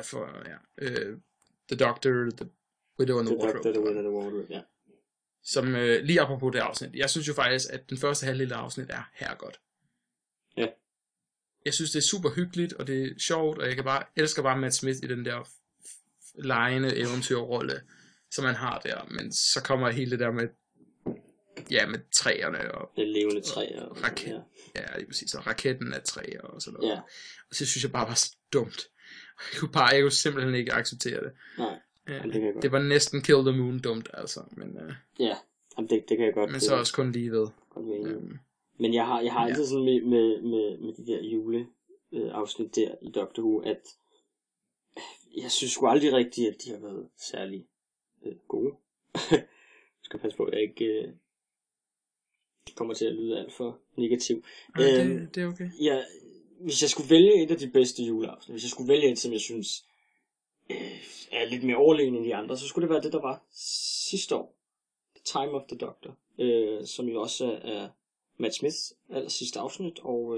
The Doctor, The Widow and the Wardrobe. The Widow and the Wardrobe, ja. Som lige apropos det afsnit. Jeg synes jo faktisk, at den første halvdel af afsnit er herregodt. Ja. Jeg synes, det er super hyggeligt, og det er sjovt, og jeg elsker bare Matt Smith i den der legende eventyrrolle, som han har der. Men så kommer hele det der med træerne og det levende træer og ja, lige præcis, og raketten af træer og sådan noget. Ja. Og så synes jeg bare var så dumt. Jeg kunne simpelthen ikke acceptere det. Nej. Det var næsten Kill the Moon dumt, altså. Men, ja, det kan jeg godt. Men så også kun lige ved. Men jeg har altid sådan med de der juleafsnit der i Doctor Who, at jeg synes sgu aldrig rigtigt, at de har været særlig gode. Jeg skal passe på, at jeg ikke kommer til at lyde alt for negativ. Det er okay. Ja, hvis jeg skulle vælge et af de bedste juleafsnit, hvis jeg skulle vælge et, som jeg synes er lidt mere overlegen end de andre, så skulle det være det, der var sidste år. The Time of the Doctor, som jo også er Matt Smiths aller sidste afsnit, og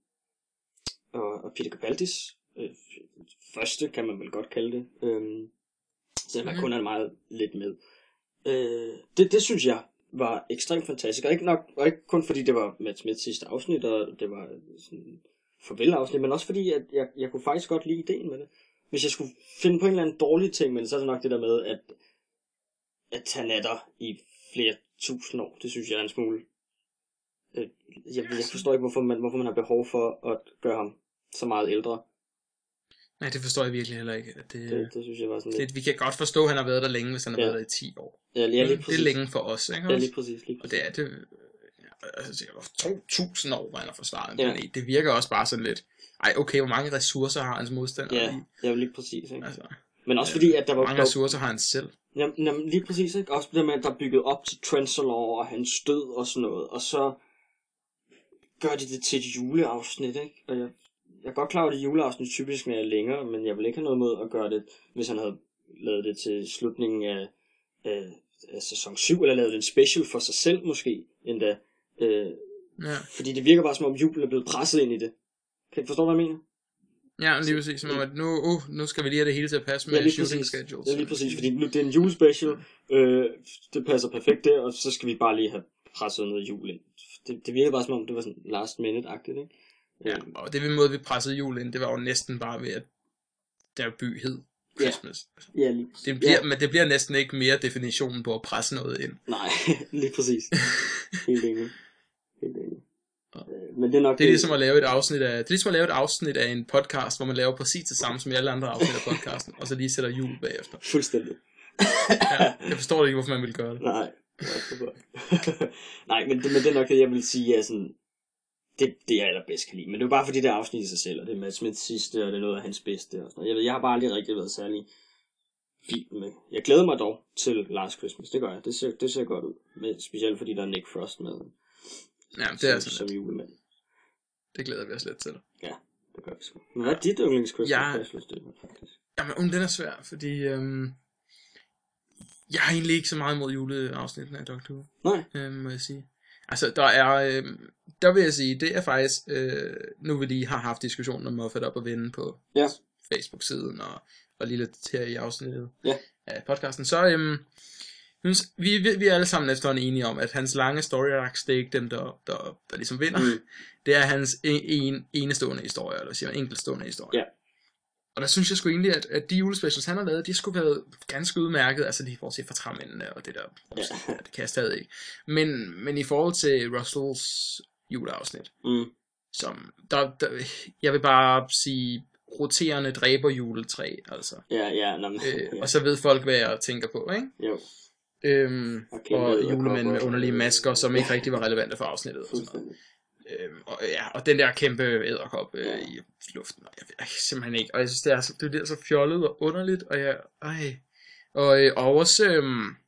Peter Capaldis første, kan man vel godt kalde det, selvom der kun er meget lidt med. Det synes jeg var ekstremt fantastisk, og ikke kun fordi det var Matt Smiths sidste afsnit, og det var sådan farvel-afsnit, men også fordi, at jeg kunne faktisk godt lide ideen med det. Hvis jeg skulle finde på en eller anden dårlig ting med det, så er det nok det der med, at han er der i flere tusind år. Det synes jeg er en smule. Jeg forstår ikke, hvorfor man har behov for at gøre ham så meget ældre. Nej, det forstår jeg virkelig heller ikke. Det synes jeg var sådan lidt. Vi kan godt forstå, at han har været der længe, hvis han har været der i 10 år. Ja, lige præcis. Det er længe for os, ikke? Ja, lige præcis. Og det er det. Altså, 2.000 år, hvor han har forsvaret en planet. Det virker også bare sådan lidt. Ej, okay, hvor mange ressourcer har hans modstander? Ja, lige præcis, ikke? Altså, men også fordi, at der var... Hvor mange ressourcer har han selv? Jamen, lige præcis, ikke? Også det med, at der er bygget op til Trenzalore og hans død og sådan noget. Og så gør de det til et juleafsnit, ikke? Og jeg er godt klar over, at juleafsnit typisk er længere, men jeg vil ikke have noget mod at gøre det, hvis han havde lavet det til slutningen af sæson 7, eller lavet en special for sig selv måske, endda. Fordi det virker bare som om julen er blevet presset ind i det. Kan du forstå, hvad jeg mener? Ja, lige præcis. Som om, at nu skal vi lige have det hele til at passe med shooting schedules. Ja, lige præcis. Fordi nu det er en julespecial. Det passer perfekt der, og så skal vi bare lige have presset noget jul ind. Det virker bare som om, det var sådan last minute-agtigt, ikke? Ja, og det måde, vi pressede jul ind, det var jo næsten bare ved, at der by hed Christmas. Ja, lige Men det bliver næsten ikke mere definitionen på at presse noget ind. Nej, lige præcis. Helt enig. Men det er nok det er ligesom at lave et afsnit af en podcast, hvor man laver præcis det samme som i alle andre afsnit af podcasten, og så lige sætter jul bagefter. Fuldstændig. Jeg forstår ikke, hvorfor man vil gøre det. Nej. Nej, men det er nok det, jeg vil sige, er sådan, det jeg allerbedst kan lide. Men det er jo bare fordi det er afsnit i sig selv, og det er Matt Smiths sidste, og det er noget af hans bedste. Og sådan noget. Jeg har bare aldrig rigtig været særlig fint med. Jeg glæder mig dog til Last Christmas, det gør jeg. Det ser godt ud. Men specielt fordi der er Nick Frost med. Ja, det er som julemand. Det glæder vi os lidt til. Ja, det gør vi sgu. Men hvad er dit yndlings Christmas special, faktisk? Jamen, den er svær, fordi jeg har egentlig ikke så meget imod juleafsnitten af Doctor Who. Nej. Må jeg sige. Altså, der vil jeg sige, det er faktisk, nu vi lige har haft diskussionen om Moffat op og vinde på Facebook-siden, og lige lidt her i afsnittet af podcasten, så vi er alle sammen efterhånden enige om, at hans lange story arcs, det er ikke dem, der ligesom vinder. Det er hans enestående historie, eller siger enkeltstående historie. Ja. Og der synes jeg sgu egentlig, at de julespecials, han har lavet, de skulle være ganske udmærket, altså lige i forhold til fortræmmændene og det der, det kan jeg stadig ikke. Men i forhold til Russells juleafsnit, som, jeg vil bare sige, roterende dræber juletræ, altså. Og så ved folk, hvad jeg tænker på, ikke? Jo. Og julemænd med underlige masker, som ikke rigtig var relevante for afsnittet. Og sådan noget. Og den der kæmpe edderkop i luften, og jeg simpelthen ikke, og jeg synes, det er så fjollet og underligt, og også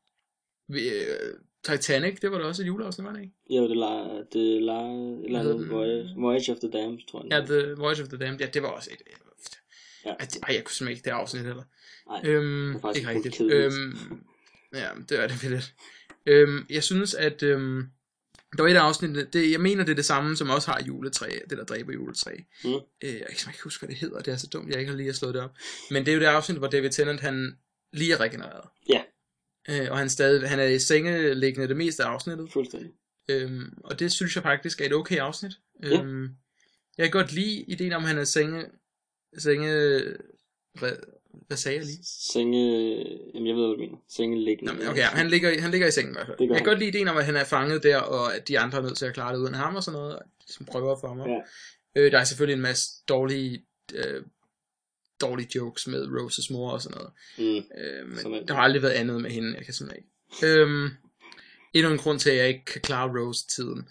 Titanic, det var da også et juleafsnit, var det ikke? Jo, det er Voyage of the Damned, tror jeg. Ja, The Voyage of the Damned, ja, det var også et... Ja. Jeg kunne simpelthen ikke det afsnit heller. Nej, det er faktisk ikke rigtigt. Ja, det er det lidt. Jeg synes, at der var et afsnit, jeg mener, det er det samme, som også har juletræ, det der dræber juletræ. Jeg kan ikke huske, hvad det hedder, det er så dumt, jeg ikke har lige slået det op. Men det er jo det afsnit, hvor David Tennant, han lige er regenereret. Ja. Og han er i sengeliggende det meste af afsnittet. Fuldstændig. Og det synes jeg faktisk er et okay afsnit. Jeg kan godt lide ideen om, at han er hvad sagde jeg lige? Jamen jeg ved, hvad du mener. Sengeliggende. Okay, han ligger i sengen i hvert fald. Jeg kan godt lide ideen om, at han er fanget der, og at de andre er nødt til at klare det uden ham og sådan noget, som prøver for mig. Der er selvfølgelig en masse dårlige jokes med Roses mor og sådan noget. Men der har aldrig været andet med hende, jeg kan simpelthen ikke. Endnu en grund til, at jeg ikke kan klare Rose-tiden.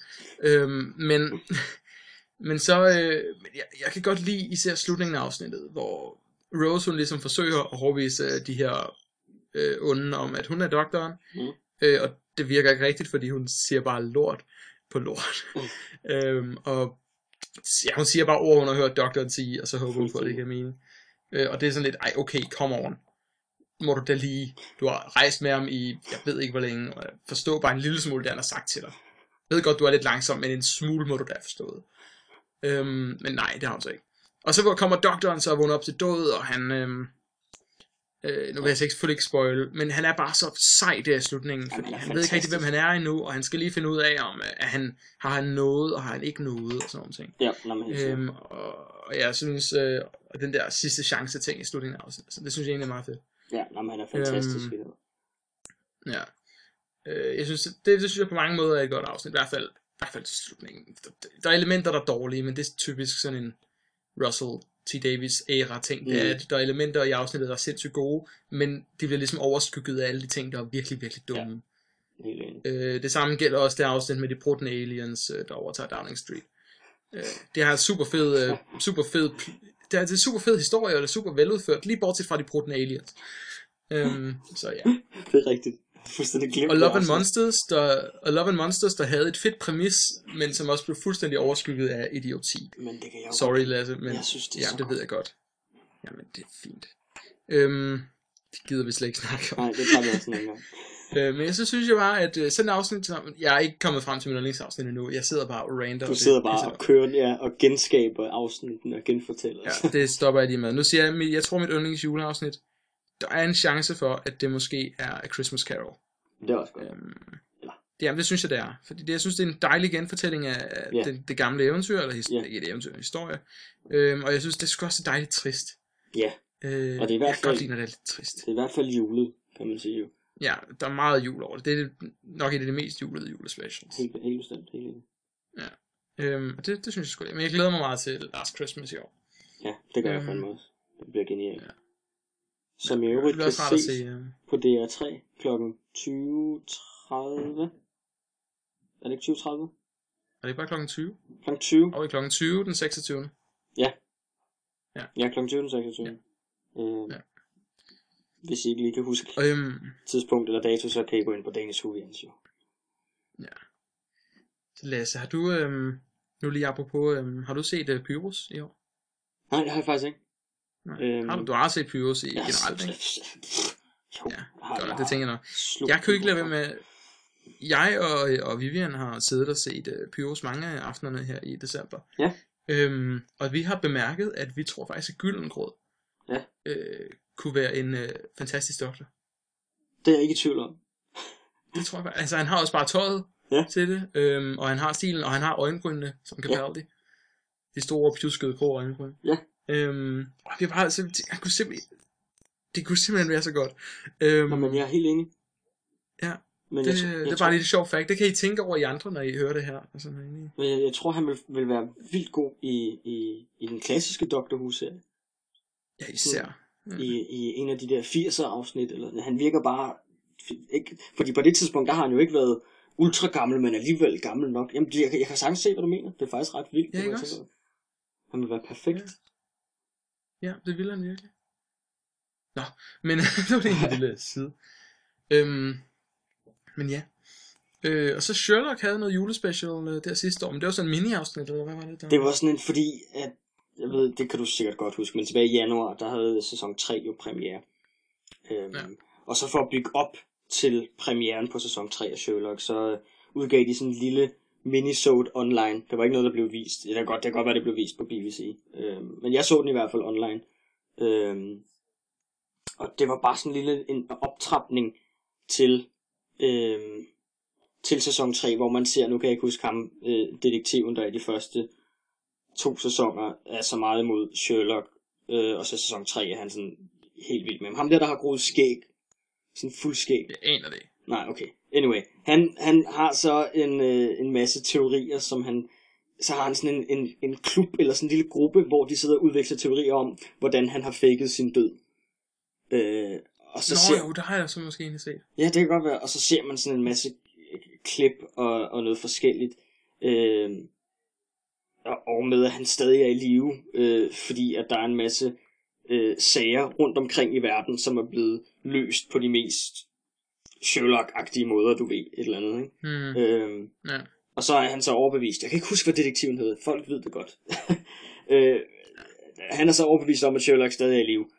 Men så, jeg kan godt lide især slutningen af afsnittet, hvor Rose, hun ligesom forsøger at overbevise de her onde om, at hun er doktoren. Og det virker ikke rigtigt, fordi hun siger bare lort på lort. Og ja, hun siger bare ord, hun har hørt doktoren sige, og så håber hun på, at det giver mening. Og det er sådan lidt, okay, come on. Må du da lige, du har rejst med ham i, jeg ved ikke hvor længe, og forstå bare en lille smule, det han har sagt til dig. Jeg ved godt, du er lidt langsom, men en smule må du da forstå. Men nej, det har hun så ikke. Og så kommer doktoren så vågner op til død, og han, nu vil jeg selvfølgelig ikke spoil, men han er bare så sej der i slutningen, fordi han ved ikke rigtig, hvem han er endnu, og han skal lige finde ud af, om at har han noget, og har han ikke noget, og sådan nogle ting. Ja, og jeg synes, den der sidste chance ting i slutningen af afsnittet, så det synes jeg egentlig er meget fedt. Ja, han er fantastisk i det. Ja. Jeg synes, det synes jeg på mange måder er et godt afsnit, i hvert fald til slutningen. Der er elementer, der er dårlige, men det er typisk sådan en Russell T. Davies æra ting. Det er, at der er elementer i afsnittet, der er sindssygt gode, men de bliver ligesom overskygget af alle de ting, der er virkelig, virkelig dumme. Ja. Det samme gælder også det afsnit med de brudne aliens, der overtager Downing Street. Det har super fed det er en super fed historie, og det er super veludført, lige bortset fra de brudne aliens. Så ja. Det er rigtigt. Fuldstændig glemt. Og Love and Monsters, der havde et fedt præmis, men som også blev fuldstændig overskygget af idioti. Men det kan jeg Sorry, Lasse, men jeg synes, det, det ved jeg godt. Jamen, det er fint. Det gider vi slet ikke snakke om. Nej, det tager vi også en gang. Men så synes jeg bare, at sådan et afsnit, jeg er ikke kommet frem til min yndlingsafsnit endnu. Jeg sidder bare og rander. Du sidder bare og kører, og genskaber afsnitten og genfortæller. Ja, det stopper jeg lige med. Nu siger jeg tror mit yndlingsjuleafsnit, der er en chance for, at det måske er A Christmas Carol. Det er også godt. Jamen, det synes jeg, det er. Fordi jeg synes, det er en dejlig genfortælling af det gamle eventyr, eller ikke et eventyr, en historie. Og jeg synes, det er sgu også dejligt trist. Ja. Og det er i hvert fald, jeg kan godt lide, når det er lidt trist. Det er i hvert fald julet, kan man sige jo. Ja, der er meget jul over det. Det er nok et af de mest julede julespecials. Helt bestemt, helt enig. Ja. Og det synes jeg sgu. Men jeg glæder mig meget til Last Christmas i år. Ja, det gør jeg fandme også. Det bliver genialt. Ja. Som i øvrigt kan ses på DR3 klokken 20.30. Er det ikke 20.30? Er det ikke bare klokken 20? Klokken 20. Og klokken 20 den 26. Ja. Ja, klokken 20 den 26. Ja. Hvis I ikke lige kan huske tidspunkt eller dato, så kan I gå ind på Danish Huvians jo. Ja. Så Lasse, har du, nu lige apropos, har du set Pyrus i år? Nej, det har jeg faktisk ikke. Du har set Pyrus i generelt, ikke? Jo, ja, det tænker jeg nok. Jeg kunne ikke lade være med... Jeg og Vivian har siddet og set Pyrus mange af aftenerne her i december. Ja. Og vi har bemærket, at vi tror faktisk, at Gyllengrød kunne være en fantastisk doktor. Det er jeg ikke i tvivl om. Det tror jeg faktisk. Altså, han har også bare tøjet til det, og han har stilen, og han har øjenbrynene, som Capaldi. De store, pjuskede, grå øjenbryn. Ja. Og vi bare, det kunne simpelthen være så godt. Men jeg er helt enig. Ja. Men det er bare lidt sjovt fact. Det kan I tænke over i andre, når I hører det her. Altså, men jeg tror, han vil være vildt god i den klassiske Doctor Who-serie. Ja, især. I en af de der 80'er afsnit. Eller, han virker bare... Ikke, fordi på det tidspunkt, der har han jo ikke været ultra gammel, men alligevel gammel nok. Jamen, jeg kan sagtens se, hvad du mener. Det er faktisk ret vildt. Ja, det må ikke jeg også? tænke over. Han vil være perfekt. Ja, det vil han virkelig. Nå, men det var det en lille side. Men ja. Og så Sherlock havde noget julespecial der sidste år, men det var sådan en mini-afsnit, eller hvad var det der? Det var sådan en, fordi, at, jeg ved, det kan du sikkert godt huske, men tilbage i januar, der havde sæson 3 jo premiere. Ja. Og så for at bygge op til premieren på sæson 3 af Sherlock, så udgav de sådan en lille minisode online. Det var ikke noget, der blev vist. Det kan godt være, det blev vist på BBC. Men jeg så den i hvert fald online. Og det var bare sådan en optrapning til sæson 3, hvor man ser, nu kan jeg ikke huske ham, detektiven, der i de første 2 sæsoner er så meget imod Sherlock, og så sæson 3 er han sådan helt vild med ham. Ham der har groet skæg, sådan fuld skæg. Jeg aner det. Nej, okay. Anyway, han har så en masse teorier, så har han sådan en klub, eller sådan en lille gruppe, hvor de sidder og udveksler teorier om, hvordan han har faked sin død. Og så jo, der har jeg så måske egentlig set. Ja, det kan godt være. Og så ser man sådan en masse klip og noget forskelligt. Og med at han stadig er i live, fordi at der er en masse sager rundt omkring i verden, som er blevet løst på de mest Sherlock-agtige måder, du ved, et eller andet, ikke? Ja. Og så er han så overbevist. Jeg kan ikke huske, hvad detektiven hedder. Folk ved det godt. Han er så overbevist om, at Sherlock stadig er i live.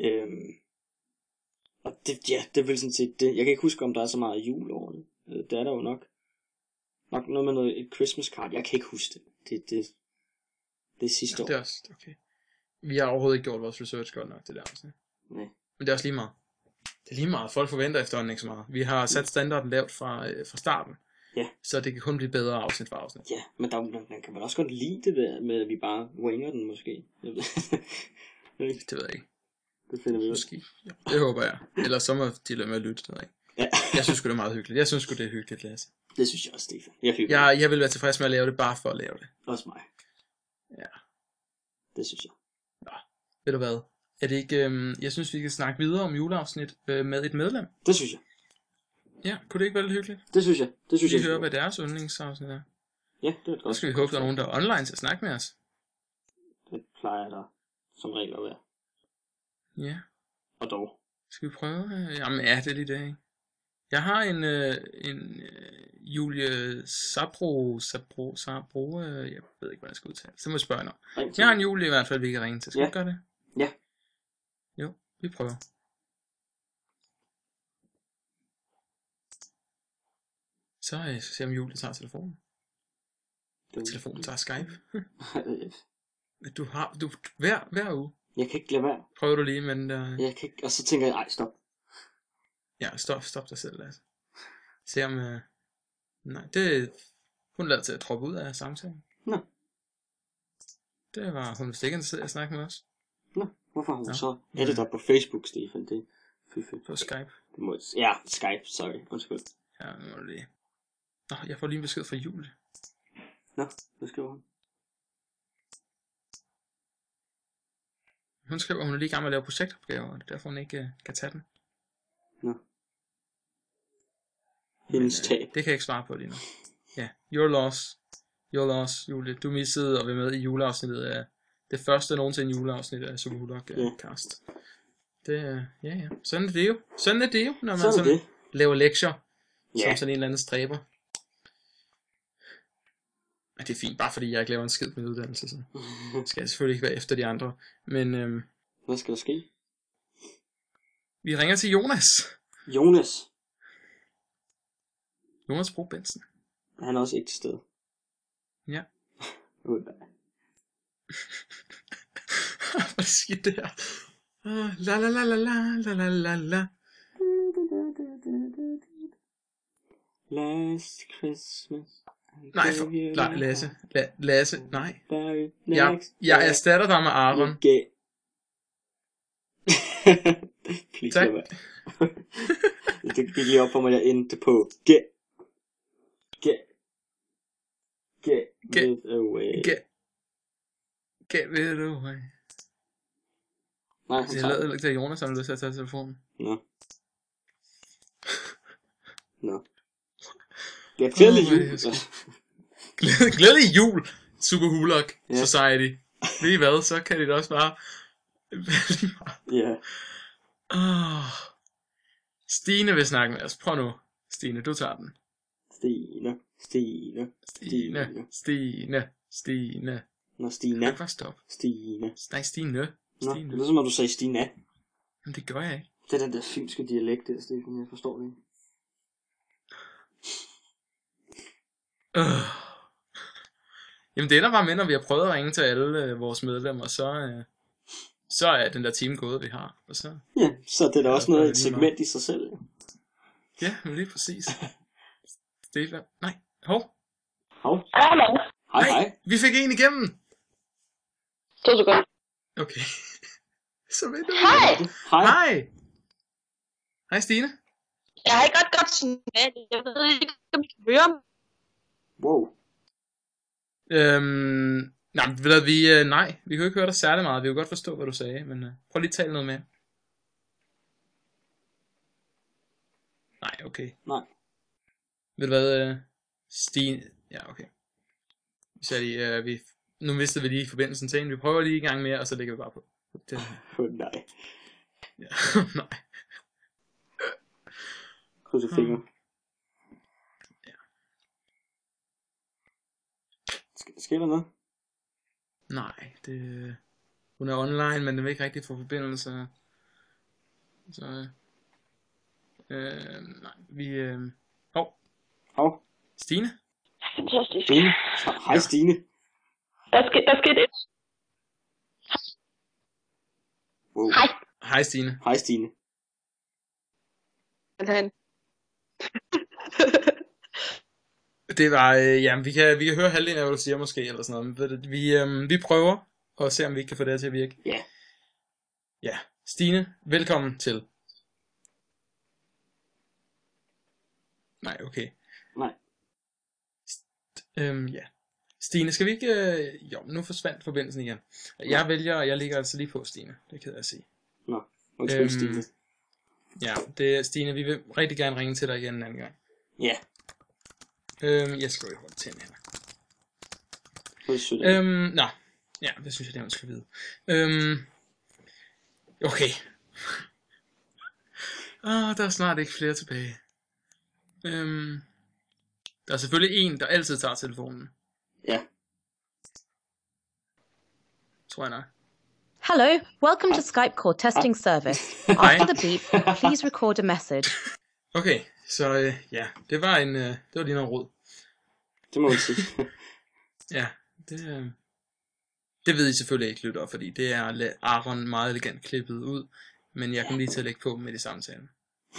Og det er vel sådan set det. Jeg kan ikke huske, om der er så meget jul over det. Det er der jo nok. Nok noget med et Christmas card. Jeg kan ikke huske det. Det er sidste år. Det er også, okay. Vi har overhovedet ikke gjort vores research godt nok, det der afsnit. Nej. Men det er også lige meget. Det er lige meget. Folk forventer efterhånden ikke så meget. Vi har sat standarden lavt fra starten. Ja. Så det kan kun blive bedre afsnit for afsnit. Ja, men man kan vel også godt lide det der med, at vi bare winger den måske. Det ved jeg ikke. Det finder vi ud. Måske. Ja, det håber jeg. Ellers så må de lade med at lytte, det ved jeg ikke. Ja. Jeg synes sgu det er meget hyggeligt. Jeg synes sgu det er hyggeligt, Lasse. Det synes jeg også, Stefan. Jeg vil være tilfreds med at lave det, bare for at lave det. Også mig. Ja. Det synes jeg. Nå, ved du hvad? Er det ikke, jeg synes vi kan snakke videre om juleafsnit med et medlem. Det synes jeg. Ja, kunne det ikke være lidt hyggeligt? Det synes jeg. Vi hører, hvad deres yndlingsafsnit er. Ja, det er godt. Så skal vi håbe, der er nogen, der er online til at snakke med os. Det plejer der som regel at være. Ja. Og dog. Skal vi prøve? Jamen ja, det er lige det, ikke? Jeg har en Julie Sabro, jeg ved ikke, hvad jeg skal udtale. Så må jeg spørge noget. Jeg har en Julie i hvert fald, vi kan ringe til. Skal vi gøre det? Ja. Jo, vi prøver. Så skal jeg se, om Julie tager telefonen. Telefonen tager Skype. Du hver uge. Jeg kan ikke lade være. Prøver du lige med den der... Jeg kan ikke, og så tænker jeg, ej, stop. Ja, stop dig selv, Lasse. Se om... Nej, det... Hun lader til at droppe ud af samtalen. Nå. Det var hun vist ikke interesseret i at snakke med os. Nå, hvorfor har hun så... Er det der på Facebook, Stefan? Det på Skype. Det må... Ja, Skype, sorry. Undskyld. Ja, nu må du lige... Nå, jeg får lige en besked fra Julie. Nå, hvad skriver hun? Hun skriver, at hun er lige i gang med at lave projektopgaver, og derfor hun ikke kan tage den. Nå. Hendes tab. Det kan jeg ikke svare på lige nu. Ja, your loss, Julie. Du missede at være med i juleafsnittet af det første nogensinde juleafsnit af Superhulok-cast. Det, ja. Sådan er det jo. Når man sådan laver lektier, som sådan en eller anden stræber. Ja, det er fint, bare fordi jeg ikke laver en skid med uddannelse, så skal jeg selvfølgelig ikke være efter de andre. Men hvad skal der ske? Vi ringer til Jonas. Jonas Bro Benson. Han er også ikke til stede. Ja. Hvad sker det her? La la la la la la la la. Last Christmas. Nej, Lasse, nej. Jeg erstatter dig med Aaron. Please, tak. Det gik lige op for mig, jeg endte på Get it away. Get it away. Nej, jeg lavede ikke til Jonas, som du sætter telefonen. Nå. Ja, glædelig jul. Glædelig jul, Super Hulok Ja. Society. Ved I hvad, så kan det da også bare... Ja. Stine vil snakke med os. Prøv nu. Stine, du tager den. Stine. Nå, Stina. Kan du bare stoppe? Stine. Nej, Stine. Nå, det er som om du sagde Stina. Men det gør jeg ikke. Det er den der fynske dialekt, der, Stefan. Jeg forstår det ikke. Jamen det ender bare med, når vi har prøvet at ringe til alle vores medlemmer, så er den der time gået, vi har. Og så... Ja, så det er da også noget, et lige meget. segment i sig selv. Ja, men lige præcis. Stefan. Nej. Hov. Hallo. Hej. Vi fik en igennem. 2 sekunder. Okay. Så ved du. Hej. Hej Stine. Jeg har ikke godt signal. Jeg ved ikke, om du kan høre mig. Wow. Nej, vi kan jo ikke høre dig særlig meget. Vi kan godt forstå, hvad du sagde, men prøv lige at tale noget mere. Nej, okay. Nej. Ved du hvad, Stine... Ja, okay. Nu mistede vi lige forbindelsen til en. Vi prøver lige en gang mere, og så lægger vi bare på. Nej. Ja, nej. Krydse fingre. Ja. Sker der noget? Nej, hun er online, men den vil ikke rigtig få forbindelse. Så... nej, vi... Hov. Stine? Fantastisk. Stine. Hej Stine. Der skete et. Wow. Hej. Hej Stine. Hej Stine. Han. Det var, vi kan høre halvdelen af, hvad du siger måske, eller sådan noget. Men vi prøver at se, om vi ikke kan få det her til at virke. Ja. Ja, Stine, velkommen til. Nej, okay. Nej. Ja. Stine, skal vi ikke... Jo, nu forsvandt forbindelsen igen. Jeg ligger altså lige på, Stine. Det er ked af at sige. Nå, undskyld Stine. Ja, det er Stine, vi vil rigtig gerne ringe til dig igen en anden gang. Ja. Jeg skal jo holde tænde her. Det er sødt. Nå. Ja, det synes jeg, det man skal vide. Okay. Der er snart ikke flere tilbage. Der er selvfølgelig en, der altid tager telefonen. Ja. Tror jeg nok. Hello, welcome to Skype call testing service. After the beep, please record a message. Okay, så ja, det var lige noget råd. Det må man sige. Ja, det ved I selvfølgelig ikke, lytter, fordi det er Aaron meget elegant klippet ud, men jeg kom lige til at lægge på med det samtalen.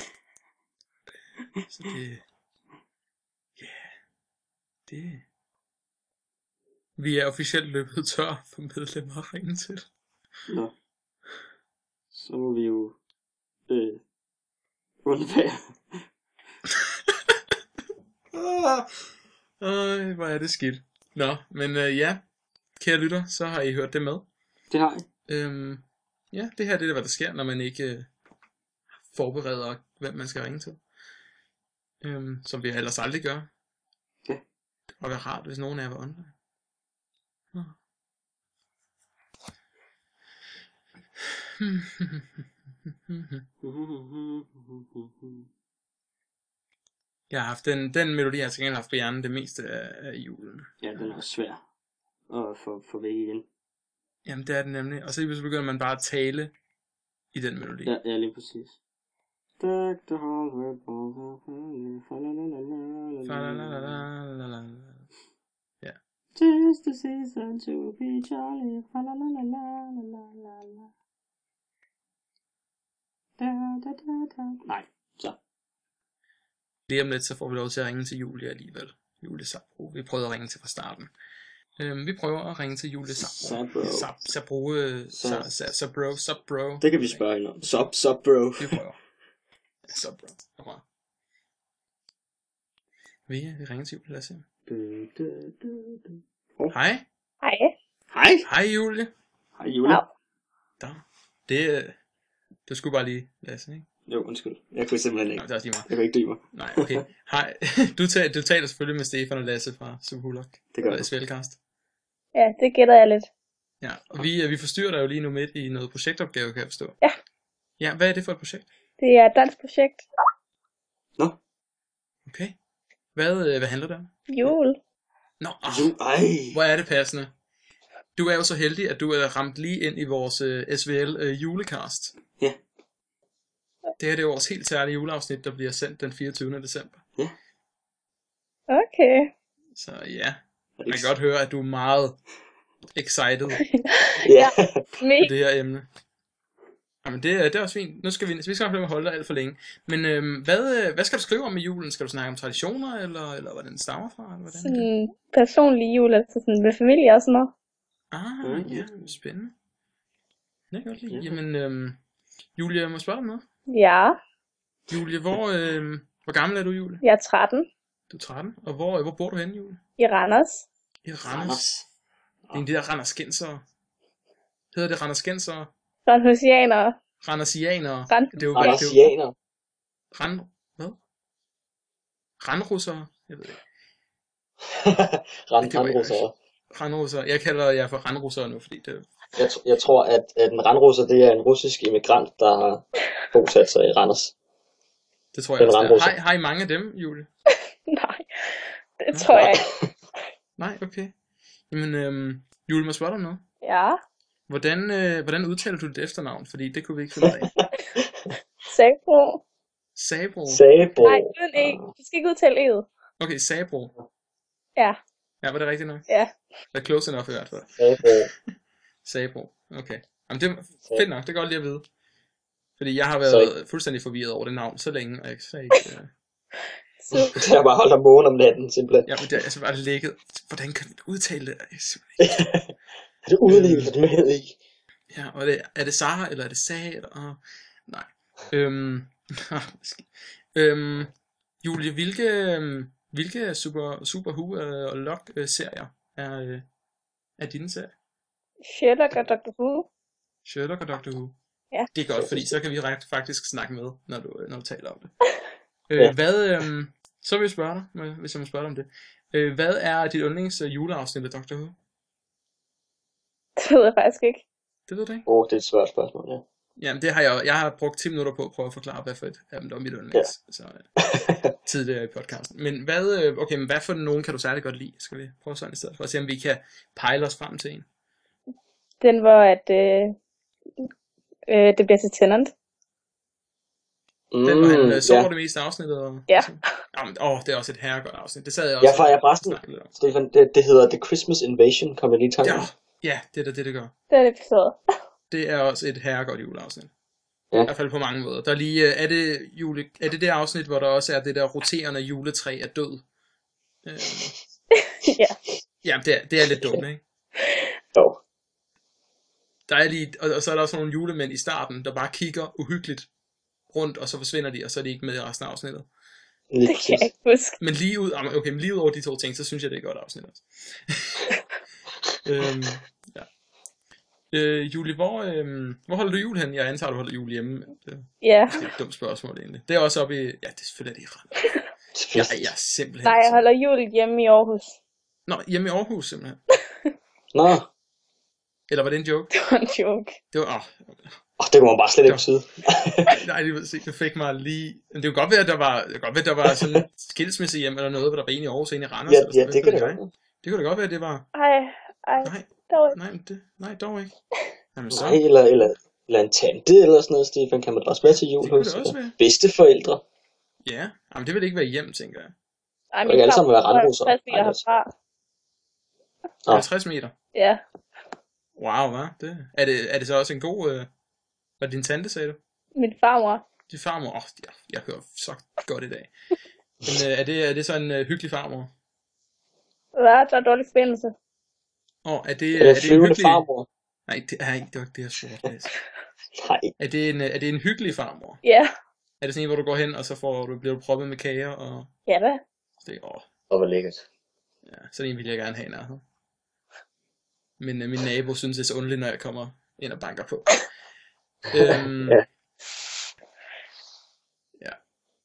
Så det... Vi er officielt løbet tør for medlemmer at ringe til. Nå. Så må vi jo undvære. Hvor er det skidt. Nå, men ja, kære lytter, så har I hørt det med. Det har jeg. Ja, det her det er hvad der sker, når man ikke forbereder, hvem man skal ringe til. Som vi ellers aldrig gør. Ja. Det kunne være rart, hvis nogen af jer var online. Jeg har haft den melodi, jeg har til gengæld haft på hjernen det meste af julen. Ja, den er også svær at få væk igen. Jamen det er den nemlig. Og så begynder man bare at tale i den melodi. Ja, lige præcis. Ja. Tis the season to be jolly. Nej, så. Lige om lidt, så får vi lov til at ringe til Julie alligevel. Julie Sabro. Vi prøvede at ringe til fra starten. Vi prøver at ringe til Julie Sabro. Sabro. Det kan vi spørge hende om. Sup bro. Vi prøver. Sabro. Okay. Vi ringer til Julie, lad os se. Hej. Hej. Hej Julie. Hej Julie. Ja. Det skulle bare lige Lasse, ikke? Jo, undskyld. Jeg kunne simpelthen ikke. Nej, det er også lige meget. Jeg kunne ikke dy mig. Nej, okay. Hej. Du taler selvfølgelig med Stefan og Lasse fra Superhulok. Det gør Og jeg. SVL-cast. Ja, det gætter jeg lidt. Ja, og vi forstyrrer dig jo lige nu midt i noget projektopgave, kan jeg forstå. Ja. Ja, hvad er det for et projekt? Det er et dansk projekt. Nå. Okay. Hvad handler det om? Jul. Nå, Ej. hvor er det passende. Du er jo så heldig, at du er ramt lige ind i vores SVL julecast. Ja. Det her det er vores helt særlige juleafsnit, der bliver sendt den 24. december. Ja. Okay. Så ja, man kan godt høre, at du er meget excited Ja. Me. på det her emne. Jamen det er også fint. Nu skal vi skal nok holde dig alt for længe. Men hvad skal du skrive om i julen? Skal du snakke om traditioner, eller hvordan det stammer fra? Eller hvordan er det? Sådan personlig jul, altså sådan med familie og sådan noget. Ja, spændende. Det kan jeg godt lide. Jamen, Julie, jeg må spørge dig om noget. Ja, Julie, hvor gammel er du, Julie? jeg er 13. Du er 13. Og hvor bor du henne, Julie? I Randers. I Randers. Det er en af de der randerskensere. Hedder det randerskensere? Randhusianere. Randersianere. Det er jo Marcianer. Hvad? Randrussere? Jeg ved ikke. Randrussere. Randrussere. Jeg kalder jer for randrussere nu, fordi det... Jeg tror, at en randrusser, det er en russisk immigrant, der har bosat sig i Randers. Det tror jeg Den også. randrusser. Har I mange af dem, Julie? Nej, det tror jeg ikke. Nej, okay. Jamen, Julie, må jeg spørge dig om noget? Ja, Hvordan udtaler du dit efternavn? Fordi det kunne vi ikke finde ud af. Sabro. Sabro. Sabo. Nej, uden E. Du skal ikke udtale E'et. Okay, Sabro. Ja, Ja, var det rigtigt nok? ja. Det er close enough i hvert fald. Sabo. Sabro. Okay. Jamen, det er fedt nok. Det er godt lige at vide. Fordi jeg har været fuldstændig forvirret over det navn så længe, og jeg sagde ikke... Det har bare holdt om månen om natten, simpelthen. Ja, men det er altså bare ligget. Hvordan kan du udtale det? Jeg simpelthen ikke. Er det udlignet med i? Ja, og er det Sara, eller er det Sag, eller... Nej. Julie, hvilke Super Who og Lock serier er dine serier? Sherlock og Dr. Who. Sherlock og Doctor Who. Ja. Det er godt, fordi så kan vi faktisk snakke med, når du taler om det. Ja. Så vil jeg spørge dig, hvis jeg må spørge dig om det. Hvad er dit yndlings juleafsnit af Doctor Who? Det ved jeg faktisk ikke. Det ved du ikke? Det er et svært spørgsmål, ja. Jamen, det har jeg har brugt 10 minutter på at prøve at forklare, hvad for et af dem, der er mit yndlings. Ja. Så tidligere i podcasten. Men hvad for nogen kan du særligt godt lide? Skal vi prøve sådan i stedet for at se, om vi kan pejle os frem til en? Den hvor at det bliver til Tennant. Den, hvor han sover det meste af afsnittet. Og, Ja. Jamen, det er også et herregodt afsnit. Det sad jeg også. Ja, jeg forresten, Stefan, det hedder The Christmas Invasion, kom jeg lige i tanke om. Ja, det er det gør. Det er det episode. Det er også et herregodt juleafsnit. Ja. I hvert fald på mange måder. Der er lige, er det afsnit, hvor der også er det der roterende juletræ af død? Ja. Jamen, det er lidt dumt, ikke? Jo. Der er lige, og så er der også nogle julemænd i starten, der bare kigger uhyggeligt rundt, og så forsvinder de, og så er de ikke med i resten af afsnittet. Det kan jeg ikke huske. Men lige ud over de to ting, så synes jeg, det er et godt afsnit også. Ja. Julie, hvor holder du jul hen? Jeg antager, du holder jul hjemme. Ja. Det er et dumt spørgsmål egentlig. Det er også oppe i... Ja, det er selvfølgelig det jeg er simpelthen... Nej, jeg holder jul hjemme i Aarhus. Nå, hjemme i Aarhus simpelthen. Nå. Eller var det en joke? Det var en joke. Det var... Det kunne man bare slet ikke betyde. Nej, det fik mig lige... Men det kunne godt være, at der var sådan en skilsmisse hjem eller noget, hvor der var en i Aarhus, en i Randers. Ja, det kan det godt. Det kunne da godt være, at det var... Ej, dog ikke. Nej, dog ikke. Jamen så... Nej, eller en tante eller sådan noget, Stefan, kan man også være til jul hos. Det også være. Bedsteforældre. Ja, men det vil ikke være hjem, tænker jeg. Ej, Og ikke alle sammen være randrusser. 50 meter herfra. 50 meter? Ja. Wow, hvad? Er det så også en god... Var det din tante, sagde du? Min farmor. Din farmor? Jeg hører så godt i dag. Men er det så en hyggelig farmor? Hvad? Der er dårlig forbindelse. Er det en hyggelig... farmor? Nej, det var ikke det, jeg spurgte. Nej. Er det en hyggelig farmor? Ja. Er det sådan en, hvor du går hen, og så bliver du proppet med kager? Og... Ja da. Hvor lækkert. Ja, sådan en vil jeg gerne have i nærheden. Men min nabo synes, det er så underligt, når jeg kommer ind og banker på. Ja.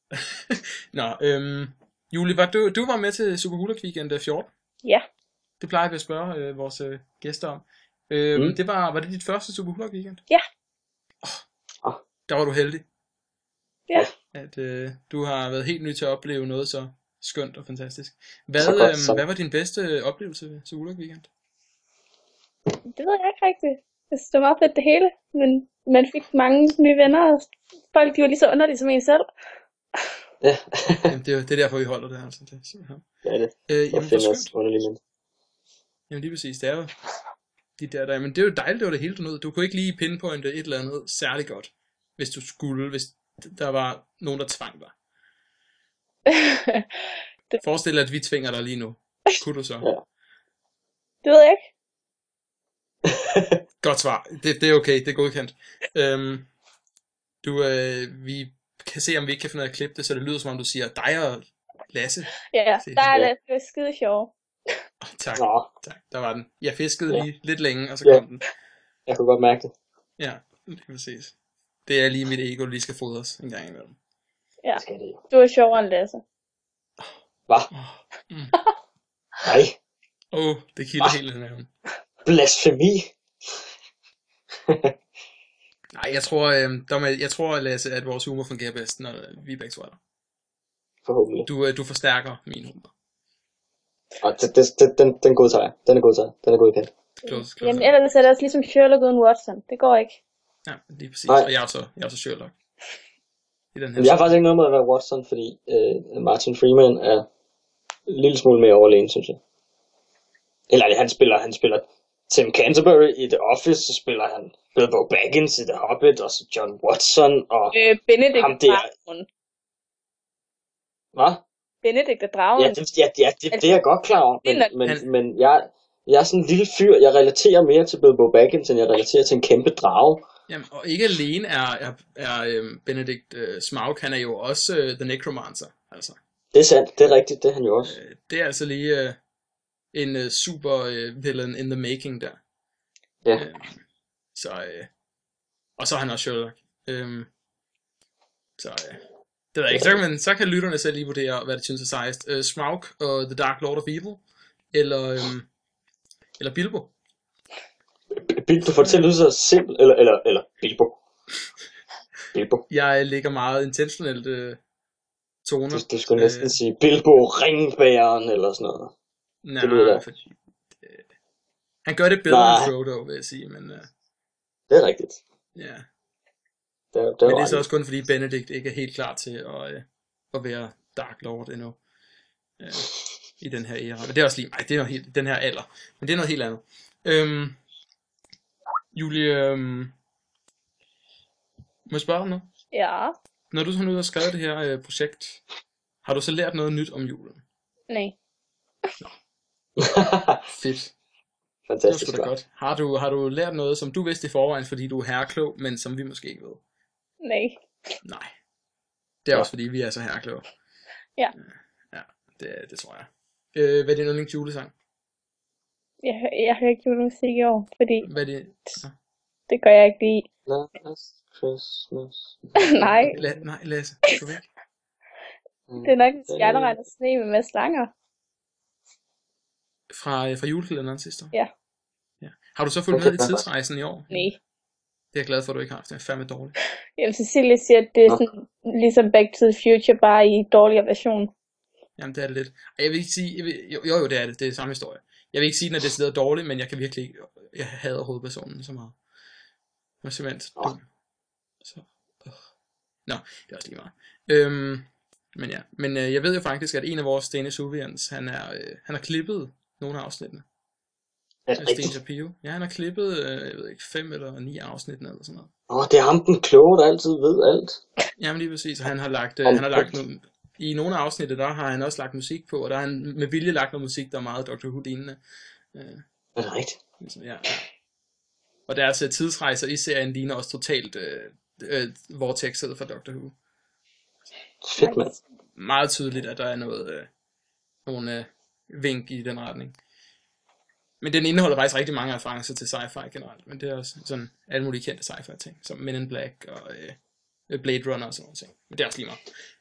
Nå, Julie, du var med til Super Hulk Weekend 14? Ja. Det plejer vi at spørge vores gæster om. Var det dit første Super Hulk Weekend? Ja. Der var du heldig. Ja. At du har været helt ny til at opleve noget så skønt og fantastisk. Hvad var din bedste oplevelse ved Super Hulk Weekend? Det ved jeg ikke rigtigt. Jeg synes, det var meget fedt det hele, men man fik mange nye venner, og folk de var lige så underlige som en selv. Ja. Jamen, det er derfor, vi holder det her. Altså. Det, Ja, det. Jamen, finder også underlige mennesker. Jamen, lige præcis. Det er jo de der. Men det er jo dejligt, det var det hele, du nåede. Du kunne ikke lige pinpointe et eller andet særligt godt, hvis der var nogen, der tvang dig. Forestil dig, at vi tvinger dig lige nu. Kunne du så? Ja. Det ved jeg ikke. Godt svar. Det er okay. Det er godkendt. Vi kan se, om vi ikke kan finde ud af at klippe det, så det lyder som om, du siger dig og Lasse. Ja, der er lidt skide sjov. Tak. Nå. Tak. Der var den. Jeg fiskede lige lidt længe, og så kom den. Jeg kunne godt mærke det. Ja, det er præcis. Det er lige mit ego, der lige skal fodres en gang imellem. Ja, Det skal det jo. du er sjovere end Lasse. Hvad? Nej. Det kilder helt i næven. Blasfemi. Nej, jeg tror, Lasse, at vores humor fungerer bedst, når vi begge to er der. Forhåbentlig. Du forstærker min humor. Og den godtager jeg. Den er godtaget. Den er godkendt. Close. Jamen ellers er det også ligesom Sherlock uden Watson. Det går ikke. Ja, lige præcis. Nej. Og jeg er også Sherlock. I den her Men jeg har faktisk ikke noget med at være Watson, fordi Martin Freeman er en lille smule mere overlegen, synes jeg. Eller han spiller Tim Canterbury i The Office, så spiller han Bilbo Baggins i The Hobbit, og så John Watson, og Benedict ham der. Dragen. Hvad? Benedict Dragen. Det er jeg godt klar over, men jeg er sådan en lille fyr, jeg relaterer mere til Bilbo Baggins, end jeg relaterer til en kæmpe drage. Jamen, og ikke alene er Benedict Smaug, han er jo også The Necromancer, altså. Det er sandt, det er rigtigt, det er han jo også. Det er altså lige en super villain in the making der. Ja. Og så er han også Sherlock. Det ved jeg ikke. Så kan lytterne selv lige vurdere, hvad det synes er sejst. Smaug og The Dark Lord of Evil, eller Bilbo. Du får det til at lyde så simpelt, eller Bilbo. Jeg lægger meget intentionelt toner. Du skulle næsten sige Bilbo Ringbæren, eller sådan noget. Nej, fordi han gør det bedre end Frodo, vil jeg sige, men det er rigtigt. Ja. Men det er så også kun fordi Benedict ikke er helt klar til at være Dark Lord endnu. I den her æra. Men det er også lige det er noget helt, den her alder. Men det er noget helt andet. Julie, må jeg spørge om noget? Ja. Når du nu har skrevet det her projekt, har du så lært noget nyt om julen? Nej. Fedt. Fantastisk. Det var godt. Har du lært noget, som du vidste i forvejen, fordi du er herreklog, men som vi måske ikke ved? Nej. Det er også fordi, vi er så herrekloge. Ja. Ja, det tror jeg. Hvad er din yndlings julesang? Jeg hører ikke julemusik i år, fordi Hvad er det? det gør jeg ikke lige. Last Christmas. Nej. Nej, Lasse, gå væk. Det er nok en stjerneregn og sne med Mads Langer. Fra julekalenderen sidste år? Ja. Har du så fulgt med i tidsrejsen i år? Nej. Det er jeg glad for, at du ikke har haft. Det er fandme dårligt. Jamen, Cecilie siger, at det er sådan, ligesom Back to the Future, bare i dårligere version. Jamen, det er det lidt. Jeg vil ikke sige... Jo, det er det. Det er samme historie. Jeg vil ikke sige, at det er dårligt, men jeg kan virkelig ikke... Jeg hader hovedpersonen så meget. Det var simpelthen dum. Så... Nå, det er også lige meget. Men ja. Men jeg ved jo faktisk, at en af vores Danish Suvians, han har klippet nogle af afsnittene. Sten Shapiro. Ja, han har klippet, jeg ved ikke, 5 eller 9 afsnit eller sådan noget. Det er ham den kloge, der altid ved alt. Jamen lige præcis, han har lagt noget, i nogle af afsnittet, der har han også lagt musik på, og der har han med vilje lagt noget musik, der er meget Dr. Who-lignende. Er det rigtigt? Ja. Og deres tidsrejser i serien ligner også totalt vortexet fra Dr. Who. Fedt, mand. Meget tydeligt, at der er nogle vink i den retning. Men den indeholder faktisk rigtig mange referencer til sci-fi generelt, men det er også sådan alle mulige kendte sci-fi ting, som Men in Black og Blade Runner og sådan noget ting. Men det er også lige meget.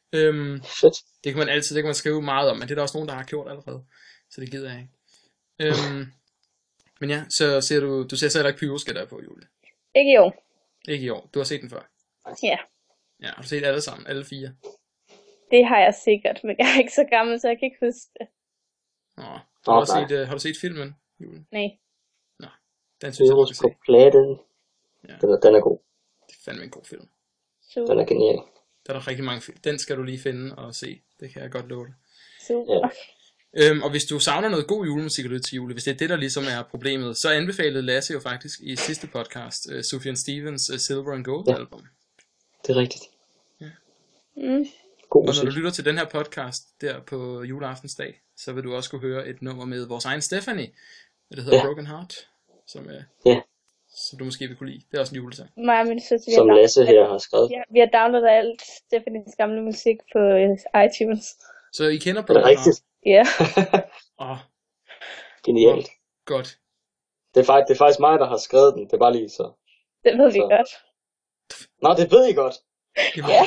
Fedt. Det kan man skrive meget om, men det er der også nogen, der har gjort allerede. Så det gider jeg ikke. Men ja, så ser du ser så heller ikke Pyrus der på, Julie. Ikke i år. Ikke i år. Du har set den før. Ja, Ja, har du set alle sammen? Alle 4? det har jeg sikkert, men jeg er ikke så gammel, så jeg kan ikke huske det. Har du set filmen, Julie? Nej. Nå, den synes jeg, du skal Pyrus på se. pladen. Ja. Den er god. Det er fandme en god film. Super. Den er genial. Der er rigtig mange film. Den skal du lige finde og se. Det kan jeg godt love dig. Super. Og hvis du savner noget god julemusik at lytte til jule, hvis det er det, der ligesom er problemet, så anbefalede Lasse jo faktisk i sidste podcast Sufjan Stevens Silver and Gold album. Det er rigtigt. Mm. God Og musik. når du lytter til den her podcast der på juleaftensdag, så vil du også kunne høre et nummer med vores egen Stephanie, det hedder Broken Heart, som du måske vil kunne lide. Det er også en julesang. Mig og min søster, Som Lasse her har skrevet. Ja, vi har downloadet alt Stephanies gamle musik på iTunes. Så I kender Er det Broken rigtigt? Ja. Heart? Genialt. Godt. Det er faktisk mig, der har skrevet den. Det er bare lige så. Det ved vi Så. godt. Nå, det ved I godt. Ja.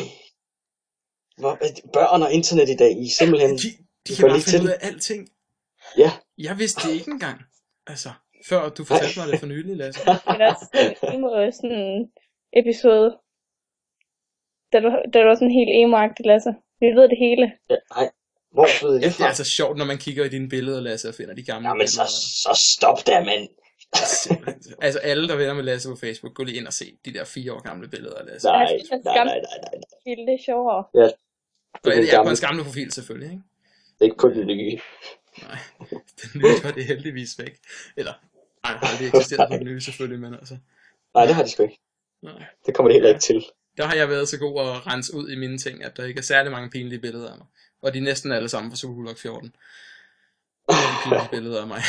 Børn og internet i dag, I simpelthen... De kan bare finde ud af alting. Ja. Jeg vidste det ikke engang. Altså, før du fortalte mig det for nylig, Lasse. Men også en sådan en episode, der var sådan helt emo-agtigt, Lasse. Vi ved det hele. Ja, nej. Hvor ved I det Det fra? er altså sjovt, når man kigger i dine billeder, Lasse, og finder de gamle Jamen, billeder. så stop der, mand. Altså, alle, der venner med Lasse på Facebook, gå lige ind og se de der 4 år gamle billeder af Lasse. Nej. Det er sjovere. Ja, Og det er gamle. på hans gamle profil, selvfølgelig, ikke? det er ikke kun den nye. Nej, den nye var det heldigvis væk. Eller, nej, har aldrig eksisteret den nye, selvfølgelig, men altså. Nej, det har de sgu ikke. Nej. Det kommer det heller ikke til. Der har jeg været så god at rense ud i mine ting, at der ikke er særlig mange pinlige billeder af mig. Og de er næsten alle sammen fra Superhulk 14. Pinlige billeder af mig.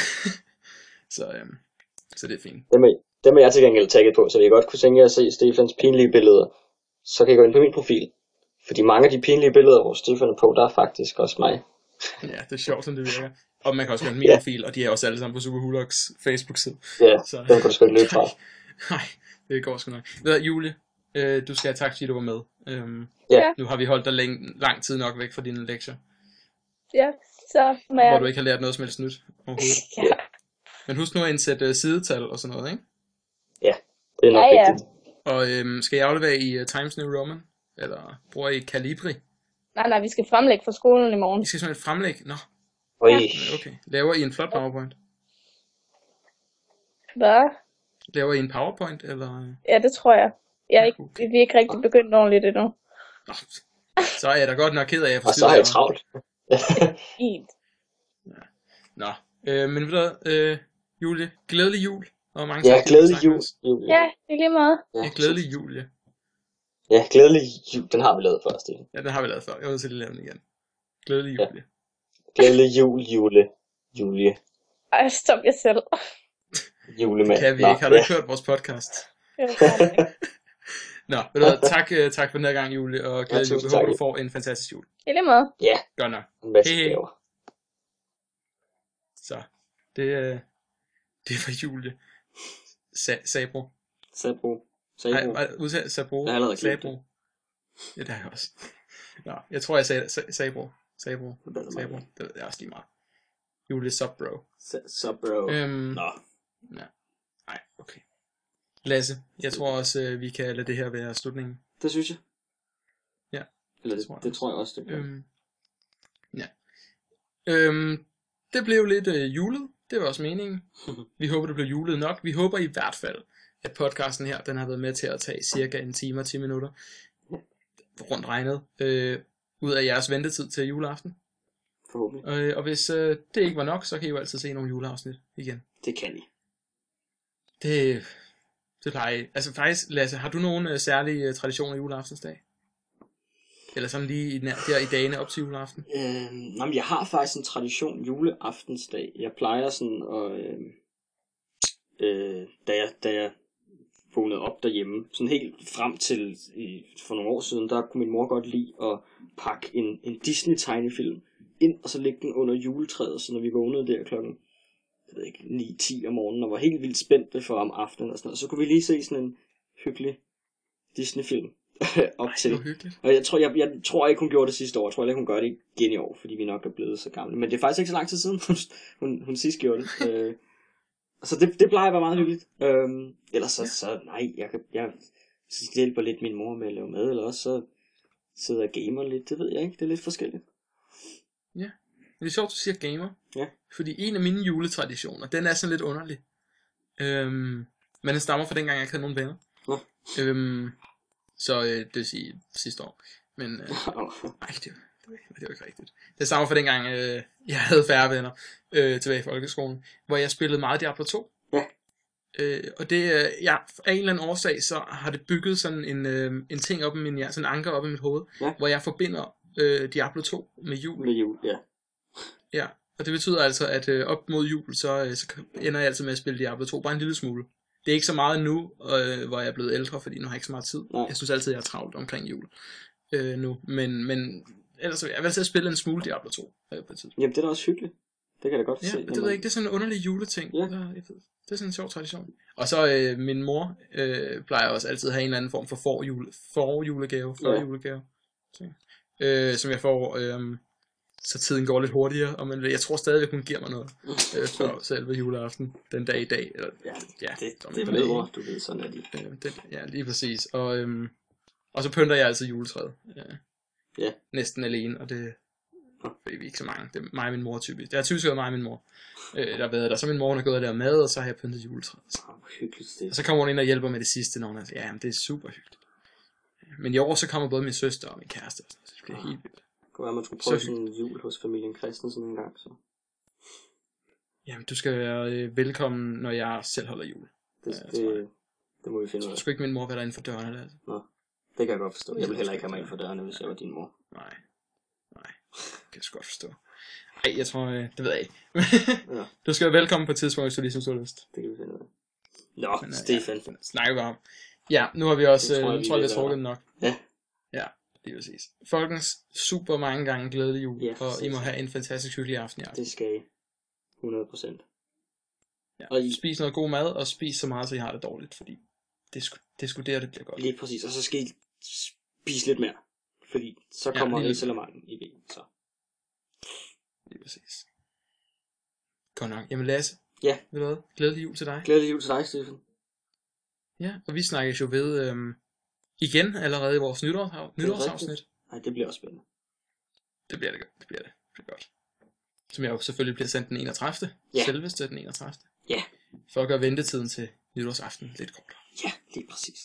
Så det er fint. Dem er jeg til gengæld tagget på, så jeg godt kunne tænke jer at se Stefans pinlige billeder. Så kan I gå ind på min profil. Fordi mange af de pinlige billeder, hvor Stefan er på, der er faktisk også mig. Ja, det er sjovt, som det virker. Og man kan også gå ind på min profil, og de er også alle sammen på Superhulks Facebook-side. Ja, så dem kan du sgu ikke løbe fra. Nej, det går sgu nok. Ved du, Julie, du skal have tak, fordi du var med. Nu har vi holdt dig lang tid nok væk fra dine lektier. Ja, så må jeg... Hvor du ikke har lært noget som helst nyt overhovedet. Ja. Men husk nu at indsætte sidetal og sådan noget, ikke? Ja, det er nok vigtigt. Og skal jeg aflevere i Times New Roman? Eller bruger I Calibri? Nej, vi skal fremlægge for skolen i morgen. I skal simpelthen fremlægge? Nå. Okay. Laver I en flot PowerPoint? Hvad? Laver I en PowerPoint, eller? Ja, det tror jeg. Vi er ikke rigtig begyndt ordentligt endnu. Nå, så er jeg da godt nok ked af, at jeg Og så har jeg travlt. Fint. Nå, men ved du, Julie, glædelig jul. Og mange Ja, glædelig jul, Julie. Ja, det er lige meget. Ja, glædelig Julie. Ja, glædelig jul. Den har vi lavet før, Stine. Ja, den har vi lavet før. Jeg vil til at lave den igen. Glædelig Julie. Glædelig jul, Julie. Ej, stop jer selv. Julemand. Det kan vi ikke. Har du ikke hørt vores podcast? Nå, ved du hvad, tak for den her gang, Julie, og glædelig jul. Jeg håber, du får en fantastisk jul. I lige måde. Ja. Godt nok. En masse gaver. Så, det var Julie. Sabro. Sabro. Nej, udtalt Sabro. Jeg har allerede glemt Sabro. Ja, det har jeg også. Nå, jeg tror, jeg sagde Sabro. Sabro. Det er også lige meget. Julie Subbro. Subbro. Nå. Ja. Nej, okay. Lasse, jeg tror også, vi kan lade det her være slutningen. Det synes jeg. Ja. Eller det tror jeg også, det bliver. Ja. Det blev lidt julet. Det var også meningen. Vi håber, det blev julet nok. Vi håber i hvert fald, at podcasten her, den har været med til at tage cirka 1 time og 10 minutter. Rundt regnet. Ud af jeres ventetid til juleaften. Forhåbentlig. Og hvis det ikke var nok, så kan I jo altid se nogle juleafsnit igen. Det kan I. Det plejer I. Altså faktisk, Lasse, har du nogen særlige traditioner juleaftensdag? Eller sådan lige der i dagene op til juleaften? Jamen, jeg har faktisk en tradition juleaftensdag. Jeg plejer sådan at... da jeg vågnede op derhjemme, sådan helt frem til for nogle år siden, der kunne min mor godt lide at pakke en Disney-tegnefilm ind, og så lægge den under juletræet, så når vi vågnede der klokken 9-10 om morgenen, og var helt vildt spændte for om aftenen og sådan noget, så kunne vi lige se sådan en hyggelig Disney-film. op Ej, til. det var hyggeligt. Og jeg tror ikke, hun gjorde det sidste år. Jeg tror ikke, hun gør det igen i år, fordi vi nok er blevet så gamle. Men det er faktisk ikke så lang tid siden, hun sidst gjorde det. Så det plejer at være meget hyggeligt. Ellers så nej, jeg hjælper lidt min mor med at lave mad, eller også så sidder jeg og gamer lidt. Det ved jeg ikke, det er lidt forskelligt. Ja, det er sjovt, du siger gamer. Ja. Fordi en af mine juletraditioner, den er sådan lidt underlig. Men den stammer fra dengang, jeg ikke havde nogen venner. Så det vil sige sidste år. Men nej, det var ikke rigtigt. Det stammer fra dengang, jeg havde færre venner tilbage i folkeskolen, hvor jeg spillede meget Diablo 2. Ja. Og det, af en eller anden årsag, så har det bygget sådan en ting op i min hjerne, sådan en anker op i mit hoved, hvor jeg forbinder Diablo 2 med jul. Med jul, ja. Ja, og det betyder altså, at op mod jul, så ender jeg altid med at spille Diablo 2, bare en lille smule. Det er ikke så meget nu, hvor jeg er blevet ældre, fordi nu har jeg ikke så meget tid. Nej. Jeg synes altid, jeg er travlt omkring jul nu. Men ellers jeg vil altid spille en smule Diablo 2 på et tidspunkt. Jamen, det er da også hyggeligt. Det kan jeg da godt se. Ja, det ved jeg ikke. Det er sådan en underlig juleting. Ja. Det er sådan en sjov tradition. Og så min mor plejer også altid at have en eller anden form for forjulegave. Som jeg får, så tiden går lidt hurtigere. Men jeg tror stadig, at hun giver mig noget for selve juleaften. Den dag i dag. Eller, det er bedre, du ved, sådan er de. Ja, lige præcis. Og så pynter jeg altid juletræet. Næsten alene, og det... Fordi vi er ikke så mange. Det er mig og min mor typisk. Det har typisk været mig og min mor, der har været der. Så min mor hun har gået der med, og så har jeg pyntet juletræet. Og så kommer hun ind og hjælper med det sidste, når hun siger, ja, men det er super hyggeligt. Men i år så kommer både min søster og min kæreste, så det bliver helt vildt. Det kunne være, man skulle prøve sådan en jul hos familien Christensen en gang, så. Jamen, du skal være velkommen, når jeg selv holder jul. Det må vi finde ud af. Så skulle ikke min mor være derinde for dørene, altså. Nå, det kan jeg godt forstå. Jeg vil heller ikke have mig ind for dørene, hvis jeg var din mor. Nej. Det kan jeg sgu godt forstå. Ej, jeg tror, det ved jeg ikke. Ja. Du skal være velkommen på et tidspunkt, hvis du ligesom så lyst. Det kan vi finde ud af. Nå, men, Stefan. Ja, snakker vi om. Ja, nu har vi også, nu tror jeg, vi har trukket den nok. Ja. Ja, det er præcis. Folkens, super mange gange glædelig jul, ja, og I må have en fantastisk hyggelig aften i aften. Det skal I. 100%. Ja, og spis noget god mad, og spis så meget, så I har det dårligt, fordi det er sgu der, det bliver godt. Lige præcis, og så skal I spise lidt mere. Fordi så kommer Risalemanden i bilen, så. Lige præcis. Godt nok. Jamen Lasse. Ja. Ved du hvad? Glædelig jul til dig. Glædelig jul til dig, Stefan. Ja, og vi snakkes jo ved igen allerede i vores nytårsafsnit. Nej, det bliver også spændende. Det bliver det. Det bliver godt. Som jeg jo selvfølgelig bliver sendt den 31. Ja. Selveste den 31. Ja. For at gøre ventetiden til nytårsaften lidt kortere. Ja, lige præcis.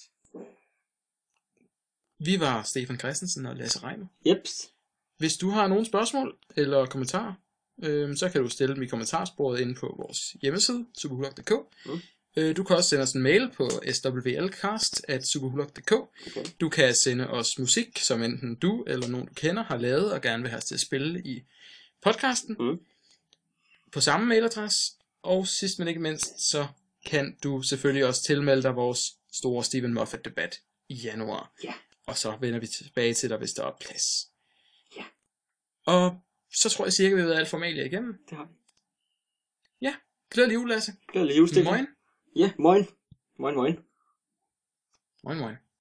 Vi var Stefan Christensen og Lasse Reimer. Jeps. Hvis du har nogle spørgsmål eller kommentarer, så kan du stille dem i kommentarsporet inde på vores hjemmeside, superhulok.dk. Du kan også sende os en mail på swlcast@superhulok.dk. Okay. Du kan sende os musik, som enten du eller nogen du kender har lavet og gerne vil have os til at spille i podcasten. På samme mailadresse. Og sidst men ikke mindst, så kan du selvfølgelig også tilmelde dig vores store Stephen Moffat debat i januar. Ja. Og så vender vi tilbage til dig, hvis der er plads. Ja. Og så tror jeg cirka, vi har været alt formalia igennem. Det har vi. Ja, glædelig jul, Lasse. Glædelig jul, Stefan. Moin. Ja, moin. Moin, moin. Moin, moin.